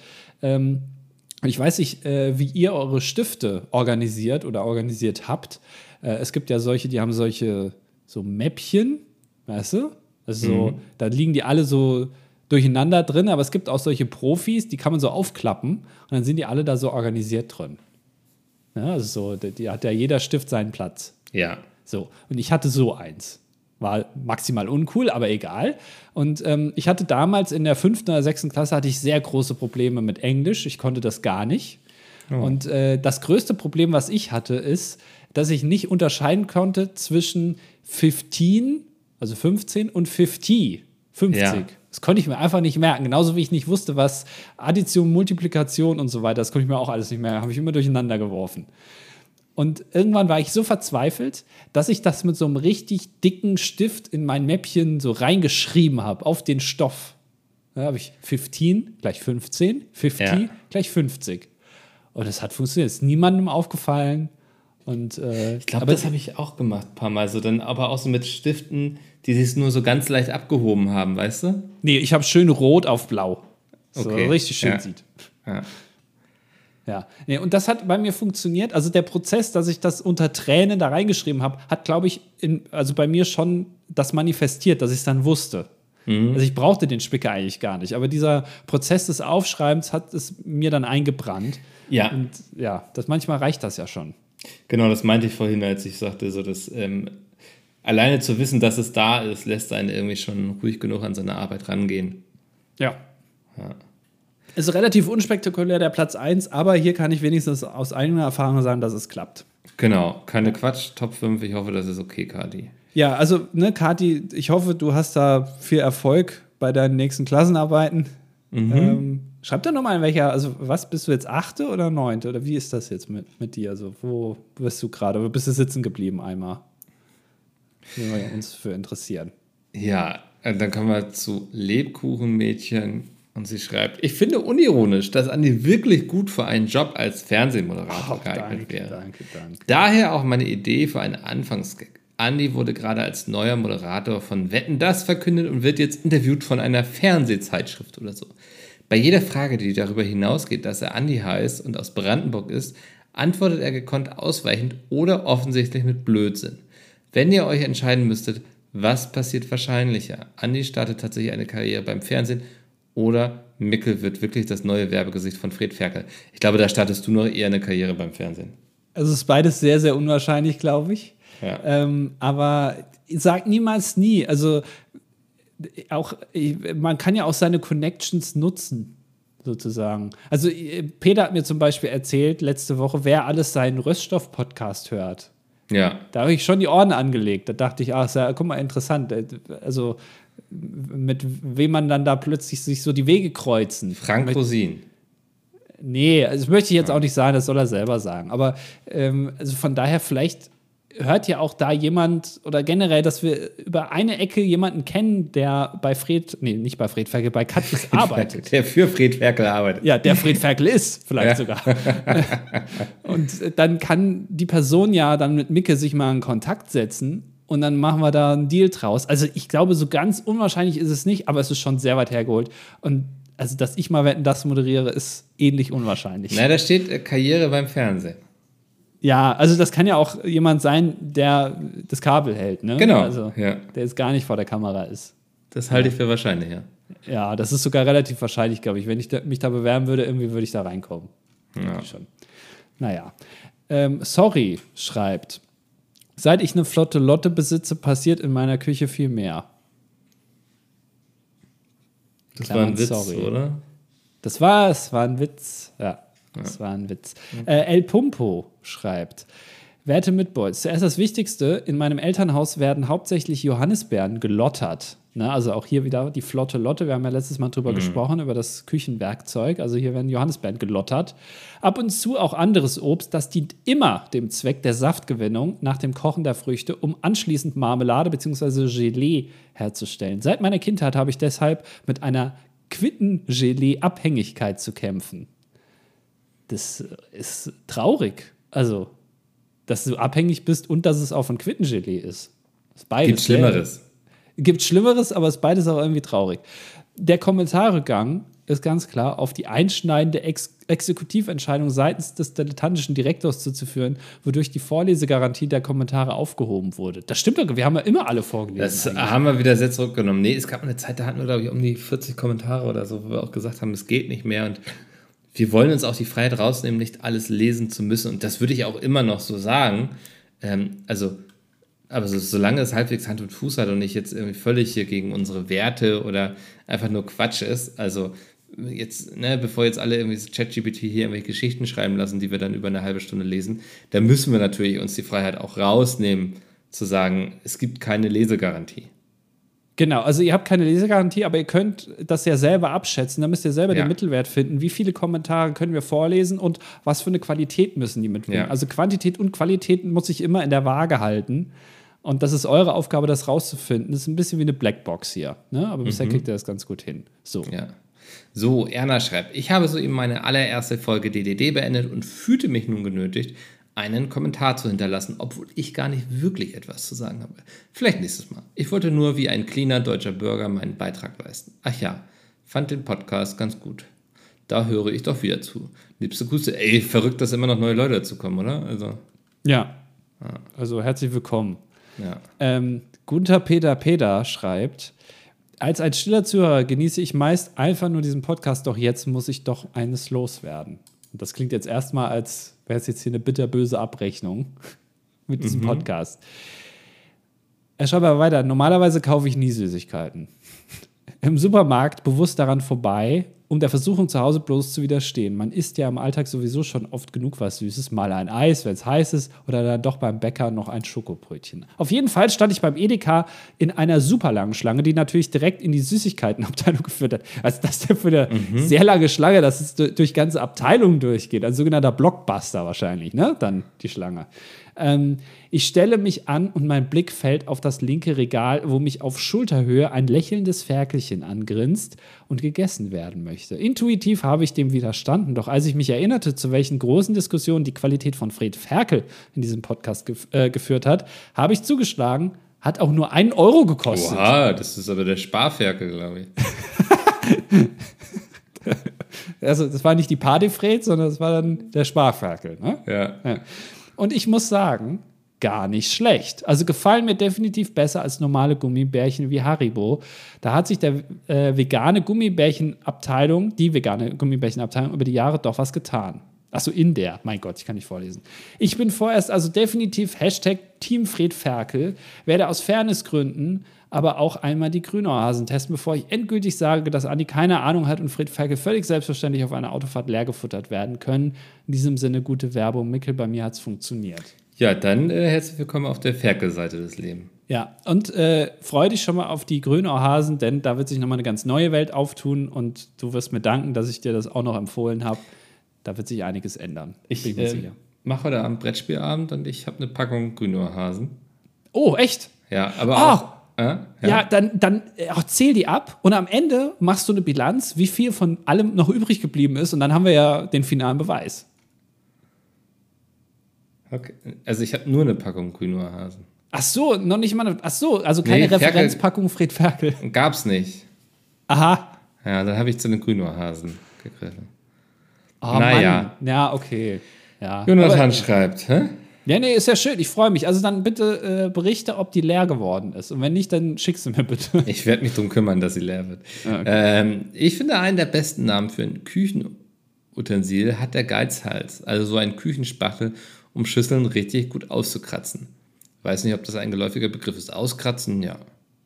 Ich weiß nicht, wie ihr eure Stifte organisiert oder organisiert habt. Es gibt ja solche, die haben solche so Mäppchen, weißt du? Also da liegen die alle so durcheinander drin, aber es gibt auch solche Profis, die kann man so aufklappen und dann sind die alle da so organisiert drin. Ja, also so, die hat ja jeder Stift seinen Platz. Ja. So, und ich hatte so eins. War maximal uncool, aber egal. Und ich hatte damals in der 5. oder 6. Klasse hatte ich sehr große Probleme mit Englisch. Ich konnte das gar nicht. Oh. Und das größte Problem, was ich hatte, ist, dass ich nicht unterscheiden konnte zwischen 15, also 15 und 50. Ja. Das konnte ich mir einfach nicht merken. Genauso wie ich nicht wusste, was Addition, Multiplikation und so weiter, das konnte ich mir auch alles nicht merken. Habe ich immer durcheinander geworfen. Und irgendwann war ich so verzweifelt, dass ich das mit so einem richtig dicken Stift in mein Mäppchen so reingeschrieben habe, auf den Stoff. Da habe ich 15 gleich 15, 50 gleich 50. Und das hat funktioniert. Ist niemandem aufgefallen. Und, ich glaube, das habe ich auch gemacht ein paar Mal. So dann aber auch so mit Stiften, die sich nur so ganz leicht abgehoben haben, weißt du? Nee, ich habe schön rot auf blau. So Okay. richtig schön sieht. Ja, nee, und das hat bei mir funktioniert. Also der Prozess, dass ich das unter Tränen da reingeschrieben habe, hat, glaube ich, also bei mir schon das manifestiert, dass ich es dann wusste. Also ich brauchte den Spicker eigentlich gar nicht. Aber dieser Prozess des Aufschreibens hat es mir dann eingebrannt. Ja. Und ja, manchmal reicht das ja schon. Genau, das meinte ich vorhin, als ich sagte, so dass alleine zu wissen, dass es da ist, lässt einen irgendwie schon ruhig genug an seine Arbeit rangehen. Ja. Ist relativ unspektakulär der Platz 1, aber hier kann ich wenigstens aus eigener Erfahrung sagen, dass es klappt. Genau, keine Quatsch, Top 5, ich hoffe, das ist okay, Kati. Ja, also, Kati, ich hoffe, du hast da viel Erfolg bei deinen nächsten Klassenarbeiten. Schreib doch nochmal in welcher, also was, bist du jetzt 8. oder 9. oder wie ist das jetzt mit dir? Also, wo bist du gerade? Oder bist du sitzen geblieben einmal? Wenn wir uns für interessieren. Ja, dann kommen wir zu Lebkuchenmädchen. Und sie schreibt, ich finde unironisch, dass Andi wirklich gut für einen Job als Fernsehmoderator geeignet wäre. Danke. Daher auch meine Idee für einen Anfangsgag. Andi wurde gerade als neuer Moderator von Wetten, das verkündet und wird jetzt interviewt von einer Fernsehzeitschrift oder so. Bei jeder Frage, die darüber hinausgeht, dass er Andi heißt und aus Brandenburg ist, antwortet er gekonnt ausweichend oder offensichtlich mit Blödsinn. Wenn ihr euch entscheiden müsstet, was passiert wahrscheinlicher? Andi startet tatsächlich eine Karriere beim Fernsehen oder Mickel wird wirklich das neue Werbegesicht von Fred Ferkel. Ich glaube, da startest du noch eher eine Karriere beim Fernsehen. Also es ist beides sehr, sehr unwahrscheinlich, glaube ich. Ja. Aber sag niemals nie. Also man kann ja auch seine Connections nutzen, sozusagen. Also Peter hat mir zum Beispiel erzählt letzte Woche, wer alles seinen Röststoff-Podcast hört. Ja. Da habe ich schon die Ohren angelegt. Da dachte ich, guck mal, interessant. Also mit wem man dann da plötzlich sich so die Wege kreuzen. Frank Rosin. Nee, also das möchte ich jetzt auch nicht sagen, das soll er selber sagen. Aber also von daher, vielleicht hört ja auch da jemand oder generell, dass wir über eine Ecke jemanden kennen, der bei nicht bei Fred Ferkel, bei Katjes arbeitet. Der für Fred Ferkel arbeitet. Ja, der Fred Ferkel ist, vielleicht sogar. Und dann kann die Person ja dann mit Micke sich mal in Kontakt setzen und dann machen wir da einen Deal draus. Also ich glaube, so ganz unwahrscheinlich ist es nicht, aber es ist schon sehr weit hergeholt. Und also, dass ich mal Wetten, das moderiere, ist ähnlich unwahrscheinlich. Na, da steht Karriere beim Fernsehen. Ja, also das kann ja auch jemand sein, der das Kabel hält, ne? Genau, Also, der jetzt gar nicht vor der Kamera ist. Das halte ich für wahrscheinlich, ja. Ja, das ist sogar relativ wahrscheinlich, glaube ich. Wenn ich mich da bewerben würde, irgendwie würde ich da reinkommen. Ja. Schon. Naja. Sorry, schreibt. Seit ich eine flotte Lotte besitze, passiert in meiner Küche viel mehr. Das war ein Witz, oder? Das war ein Witz, ja. Das war ein Witz. El Pumpo schreibt: Werte Mitboys, zuerst das Wichtigste: In meinem Elternhaus werden hauptsächlich Johannisbeeren gelottert. Ne, also auch hier wieder die flotte Lotte. Wir haben ja letztes Mal drüber gesprochen, über das Küchenwerkzeug. Also hier werden Johannisbeeren gelottert. Ab und zu auch anderes Obst. Das dient immer dem Zweck der Saftgewinnung nach dem Kochen der Früchte, um anschließend Marmelade bzw. Gelee herzustellen. Seit meiner Kindheit habe ich deshalb mit einer Quittengelee-Abhängigkeit zu kämpfen. Das ist traurig. Also, dass du abhängig bist und dass es auch von Quittengelee ist. Beides. Gibt Schlimmeres. Gibt Schlimmeres, aber es ist beides auch irgendwie traurig. Der Kommentarrückgang ist ganz klar auf die einschneidende Exekutiventscheidung seitens des dilettantischen Direktors zuzuführen, wodurch die Vorlesegarantie der Kommentare aufgehoben wurde. Das stimmt doch, wir haben ja immer alle vorgelesen. Das haben wir wieder sehr zurückgenommen. Nee, es gab eine Zeit, da hatten wir, glaube ich, um die 40 Kommentare oder so, wo wir auch gesagt haben, es geht nicht mehr und wir wollen uns auch die Freiheit rausnehmen, nicht alles lesen zu müssen. Und das würde ich auch immer noch so sagen. Aber solange es halbwegs Hand und Fuß hat und nicht jetzt irgendwie völlig hier gegen unsere Werte oder einfach nur Quatsch ist, also jetzt, ne, bevor jetzt alle irgendwie ChatGPT hier irgendwelche Geschichten schreiben lassen, die wir dann über eine halbe Stunde lesen, da müssen wir natürlich uns die Freiheit auch rausnehmen, zu sagen, es gibt keine Lesegarantie. Genau, also ihr habt keine Lesegarantie, aber ihr könnt das ja selber abschätzen. Da müsst ihr selber den Mittelwert finden. Wie viele Kommentare können wir vorlesen und was für eine Qualität müssen die mitbringen? Ja. Also Quantität und Qualität muss ich immer in der Waage halten. Und das ist eure Aufgabe, das rauszufinden. Das ist ein bisschen wie eine Blackbox hier. Ne? Aber bisher kriegt ihr das ganz gut hin. So. Ja. So, Erna schreibt, ich habe soeben meine allererste Folge DDD beendet und fühlte mich nun genötigt, einen Kommentar zu hinterlassen, obwohl ich gar nicht wirklich etwas zu sagen habe. Vielleicht nächstes Mal. Ich wollte nur wie ein cleaner deutscher Bürger meinen Beitrag leisten. Ach ja, fand den Podcast ganz gut. Da höre ich doch wieder zu. Liebste Grüße. Ey, verrückt, dass immer noch neue Leute dazu kommen, oder? Also. Ja. Also herzlich willkommen. Ja. Gunther Peter schreibt: Als ein stiller Zuhörer genieße ich meist einfach nur diesen Podcast, doch jetzt muss ich doch eines loswerden. Und das klingt jetzt erstmal, als wäre es jetzt hier eine bitterböse Abrechnung mit diesem Podcast. Er schreibt aber weiter: Normalerweise kaufe ich nie Süßigkeiten. Im Supermarkt bewusst daran vorbei, um der Versuchung zu Hause bloß zu widerstehen. Man isst ja im Alltag sowieso schon oft genug was Süßes, mal ein Eis, wenn es heiß ist, oder dann doch beim Bäcker noch ein Schokobrötchen. Auf jeden Fall stand ich beim Edeka in einer super langen Schlange, die natürlich direkt in die Süßigkeitenabteilung geführt hat. Was ist das denn für eine sehr lange Schlange, dass es durch ganze Abteilungen durchgeht? Ein sogenannter Blockbuster wahrscheinlich, ne? Dann die Schlange. Ich stelle mich an und mein Blick fällt auf das linke Regal, wo mich auf Schulterhöhe ein lächelndes Ferkelchen angrinst und gegessen werden möchte. Intuitiv habe ich dem widerstanden, doch als ich mich erinnerte, zu welchen großen Diskussionen die Qualität von Fred Ferkel in diesem Podcast geführt hat, habe ich zugeschlagen, hat auch nur 1 Euro gekostet. Oha, das ist aber der Sparferkel, glaube ich. Also das war nicht die Partyfred, sondern das war dann der Sparferkel. Ne? Ja. Und ich muss sagen, gar nicht schlecht. Also gefallen mir definitiv besser als normale Gummibärchen wie Haribo. Da hat sich die vegane Gummibärchenabteilung über die Jahre doch was getan. Achso, mein Gott, ich kann nicht vorlesen. Ich bin vorerst also definitiv Team Fred Ferkel, werde aus Fairnessgründen aber auch einmal die Grünohrhasen testen, bevor ich endgültig sage, dass Andi keine Ahnung hat und Fred Ferkel völlig selbstverständlich auf einer Autofahrt leer gefuttert werden können. In diesem Sinne gute Werbung. Mickel, bei mir hat es funktioniert. Ja, dann herzlich willkommen auf der Ferkel-Seite des Lebens. Ja, und freu dich schon mal auf die Grünohrhasen, denn da wird sich nochmal eine ganz neue Welt auftun und du wirst mir danken, dass ich dir das auch noch empfohlen habe. Da wird sich einiges ändern. Ich mache heute Abend Brettspielabend und ich habe eine Packung Grünohrhasen. Oh, echt? Ja, aber auch. Ja, dann zähl die ab und am Ende machst du eine Bilanz, wie viel von allem noch übrig geblieben ist und dann haben wir ja den finalen Beweis. Okay. Also ich habe nur eine Packung Grünohrhasen. Ach so, noch nicht mal. Also keine Referenzpackung Fred Ferkel. Gab's nicht. Aha. Ja, dann habe ich zu den Grünohrhasen gegriffen. Oh, naja. Mann. Ja, okay. Ja. Jonathan schreibt, hä? Ja, nee, ist ja schön, ich freue mich. Also dann bitte berichte, ob die leer geworden ist. Und wenn nicht, dann schickst du mir bitte. Ich werde mich darum kümmern, dass sie leer wird. Okay. Ich finde, einen der besten Namen für ein Küchenutensil hat der Geizhals. Also so ein Küchenspachtel, um Schüsseln richtig gut auszukratzen. Weiß nicht, ob das ein geläufiger Begriff ist. Auskratzen, ja.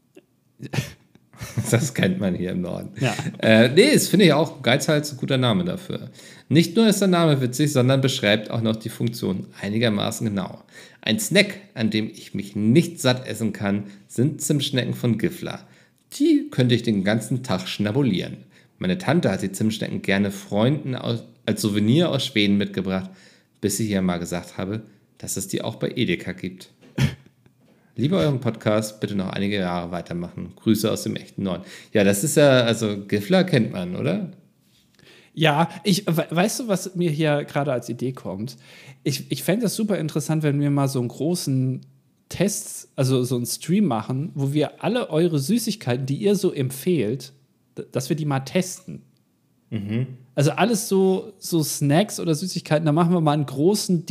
Das kennt man hier im Norden. Ja. Das finde ich auch, Geizhals, ein guter Name dafür. Nicht nur ist der Name witzig, sondern beschreibt auch noch die Funktion einigermaßen genau. Ein Snack, an dem ich mich nicht satt essen kann, sind Zimtschnecken von Gifler. Die könnte ich den ganzen Tag schnabulieren. Meine Tante hat die Zimtschnecken gerne Freunden als Souvenir aus Schweden mitgebracht, bis ich ihr mal gesagt habe, dass es die auch bei Edeka gibt. Liebe euren Podcast, bitte noch einige Jahre weitermachen. Grüße aus dem echten Norden. Ja, das ist ja, also Gifler kennt man, oder? Ja, weißt du, was mir hier gerade als Idee kommt? Ich fände das super interessant, wenn wir mal so einen großen Test, also so einen Stream machen, wo wir alle eure Süßigkeiten, die ihr so empfehlt, dass wir die mal testen. Mhm. Also alles so Snacks oder Süßigkeiten, da machen wir mal einen großen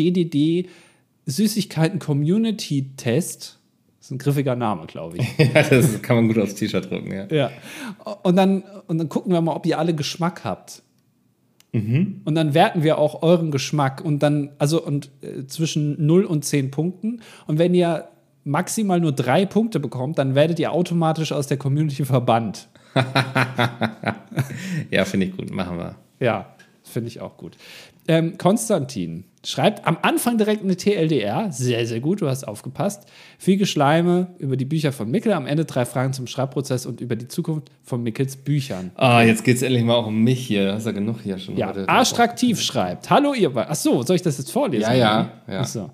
DDD-Süßigkeiten-Community-Test. Das ist ein griffiger Name, glaube ich. Ja, das kann man gut aufs T-Shirt drucken, ja. Ja. Und dann gucken wir mal, ob ihr alle Geschmack habt. Mhm. Und dann werten wir auch euren Geschmack und dann, zwischen 0 und 10 Punkten. Und wenn ihr maximal nur 3 Punkte bekommt, dann werdet ihr automatisch aus der Community verbannt. Ja, finde ich gut, machen wir. Ja, finde ich auch gut. Konstantin schreibt am Anfang direkt eine TLDR. Sehr, sehr gut, du hast aufgepasst. Viel Geschleime über die Bücher von Mickel. Am Ende 3 Fragen zum Schreibprozess und über die Zukunft von Mickels Büchern. Jetzt geht es endlich mal auch um mich hier. Das ist ja genug hier schon. Ja, Astraktiv schreibt. Hallo ihr beiden. Achso, soll ich das jetzt vorlesen? Ja. Achso.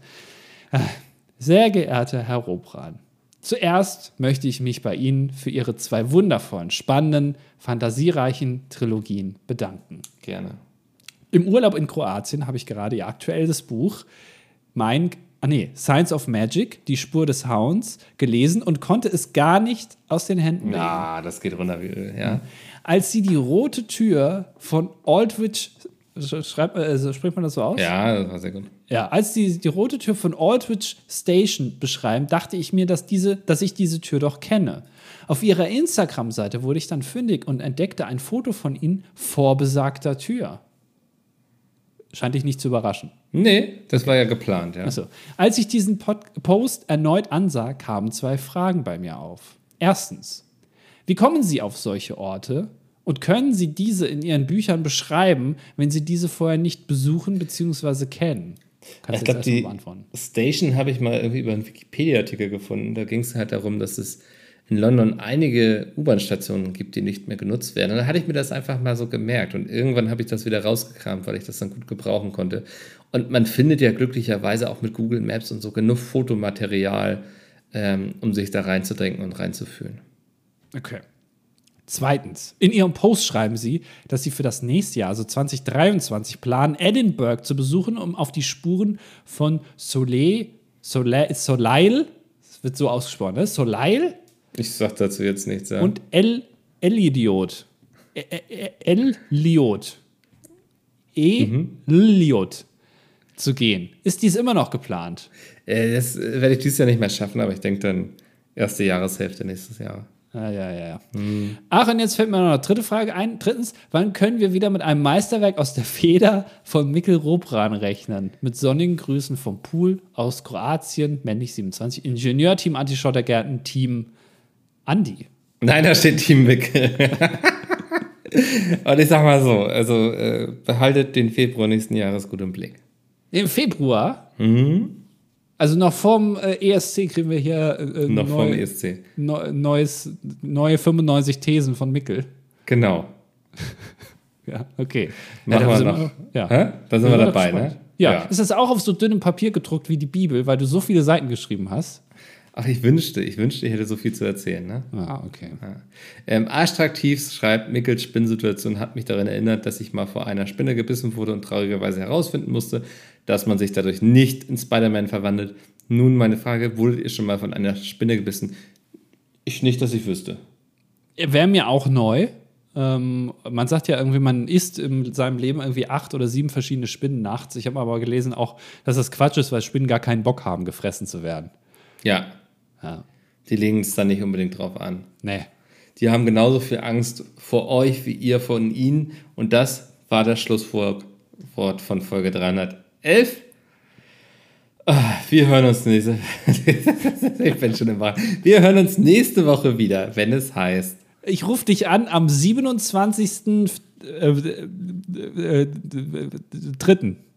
Sehr geehrter Herr Robran, zuerst möchte ich mich bei Ihnen für Ihre 2 wundervollen, spannenden, fantasiereichen Trilogien bedanken. Gerne. Im Urlaub in Kroatien habe ich gerade Ihr aktuelles Buch Science of Magic, die Spur des Hounds, gelesen und konnte es gar nicht aus den Händen legen. Das geht runter wie Öl, ja. Als Sie die rote Tür von Aldwych, spricht man das so aus? Ja, das war sehr gut. Ja, als Sie die rote Tür von Aldwych Station beschreiben, dachte ich mir, dass ich diese Tür doch kenne. Auf Ihrer Instagram-Seite wurde ich dann fündig und entdeckte ein Foto von Ihnen vor besagter Tür. Scheint dich nicht zu überraschen. Nee, das war ja geplant, ja. Achso. Als ich diesen Post erneut ansah, kamen 2 Fragen bei mir auf. Erstens, wie kommen Sie auf solche Orte? Und können Sie diese in Ihren Büchern beschreiben, wenn Sie diese vorher nicht besuchen bzw. kennen? Ich glaube, die Station habe ich mal irgendwie über einen Wikipedia-Artikel gefunden. Da ging es halt darum, dass es in London einige U-Bahn-Stationen gibt, die nicht mehr genutzt werden. Und dann hatte ich mir das einfach mal so gemerkt. Und irgendwann habe ich das wieder rausgekramt, weil ich das dann gut gebrauchen konnte. Und man findet ja glücklicherweise auch mit Google Maps und so genug Fotomaterial, um sich da reinzudenken und reinzufühlen. Okay. Zweitens, in Ihrem Post schreiben Sie, dass Sie für das nächste Jahr, also 2023, planen, Edinburgh zu besuchen, um auf die Spuren von Soleil, das wird so ausgesprochen, ne? Soleil? Ich sag dazu jetzt nichts. Ja. Und Eliot. Eliot. Eliot. zu gehen. Ist dies immer noch geplant? Das werde ich dieses Jahr nicht mehr schaffen, aber ich denke dann erste Jahreshälfte nächstes Jahr. Ja. Ach, und jetzt fällt mir noch eine dritte Frage ein. Drittens, wann können wir wieder mit einem Meisterwerk aus der Feder von Mikkel Robran rechnen? Mit sonnigen Grüßen vom Pool aus Kroatien, männlich 27, Ingenieurteam Antischottergärten, Team Andi. Nein, da steht Team Mikkel. Und ich sag mal so, also behaltet den Februar nächsten Jahres gut im Blick. Im Februar? Also noch vorm ESC kriegen wir hier noch vorm ESC. Neue 95 Thesen von Mikkel. Genau. Ja, okay. Machen wir noch. Da sind wir dabei, ne? Ja. Ist das auch auf so dünnem Papier gedruckt wie die Bibel, weil du so viele Seiten geschrieben hast? Ach, ich wünschte, ich hätte so viel zu erzählen, ne? Okay. Ja. Arschtraktiv schreibt, Mickels Spinnsituation hat mich daran erinnert, dass ich mal vor einer Spinne gebissen wurde und traurigerweise herausfinden musste, dass man sich dadurch nicht in Spider-Man verwandelt. Nun meine Frage, wurdet ihr schon mal von einer Spinne gebissen? Ich nicht, dass ich wüsste. Wäre mir auch neu. Man sagt ja irgendwie, man isst in seinem Leben irgendwie 8 oder 7 verschiedene Spinnen nachts. Ich habe aber gelesen auch, dass das Quatsch ist, weil Spinnen gar keinen Bock haben, gefressen zu werden. Ja. Die legen es dann nicht unbedingt drauf an. Nee. Die haben genauso viel Angst vor euch, wie ihr von ihnen. Und das war das Schlusswort von Folge 311. Wir hören uns nächste Ich bin schon im Wagen. Wir hören uns nächste Woche wieder, wenn es heißt. Ich rufe dich an am 27.3.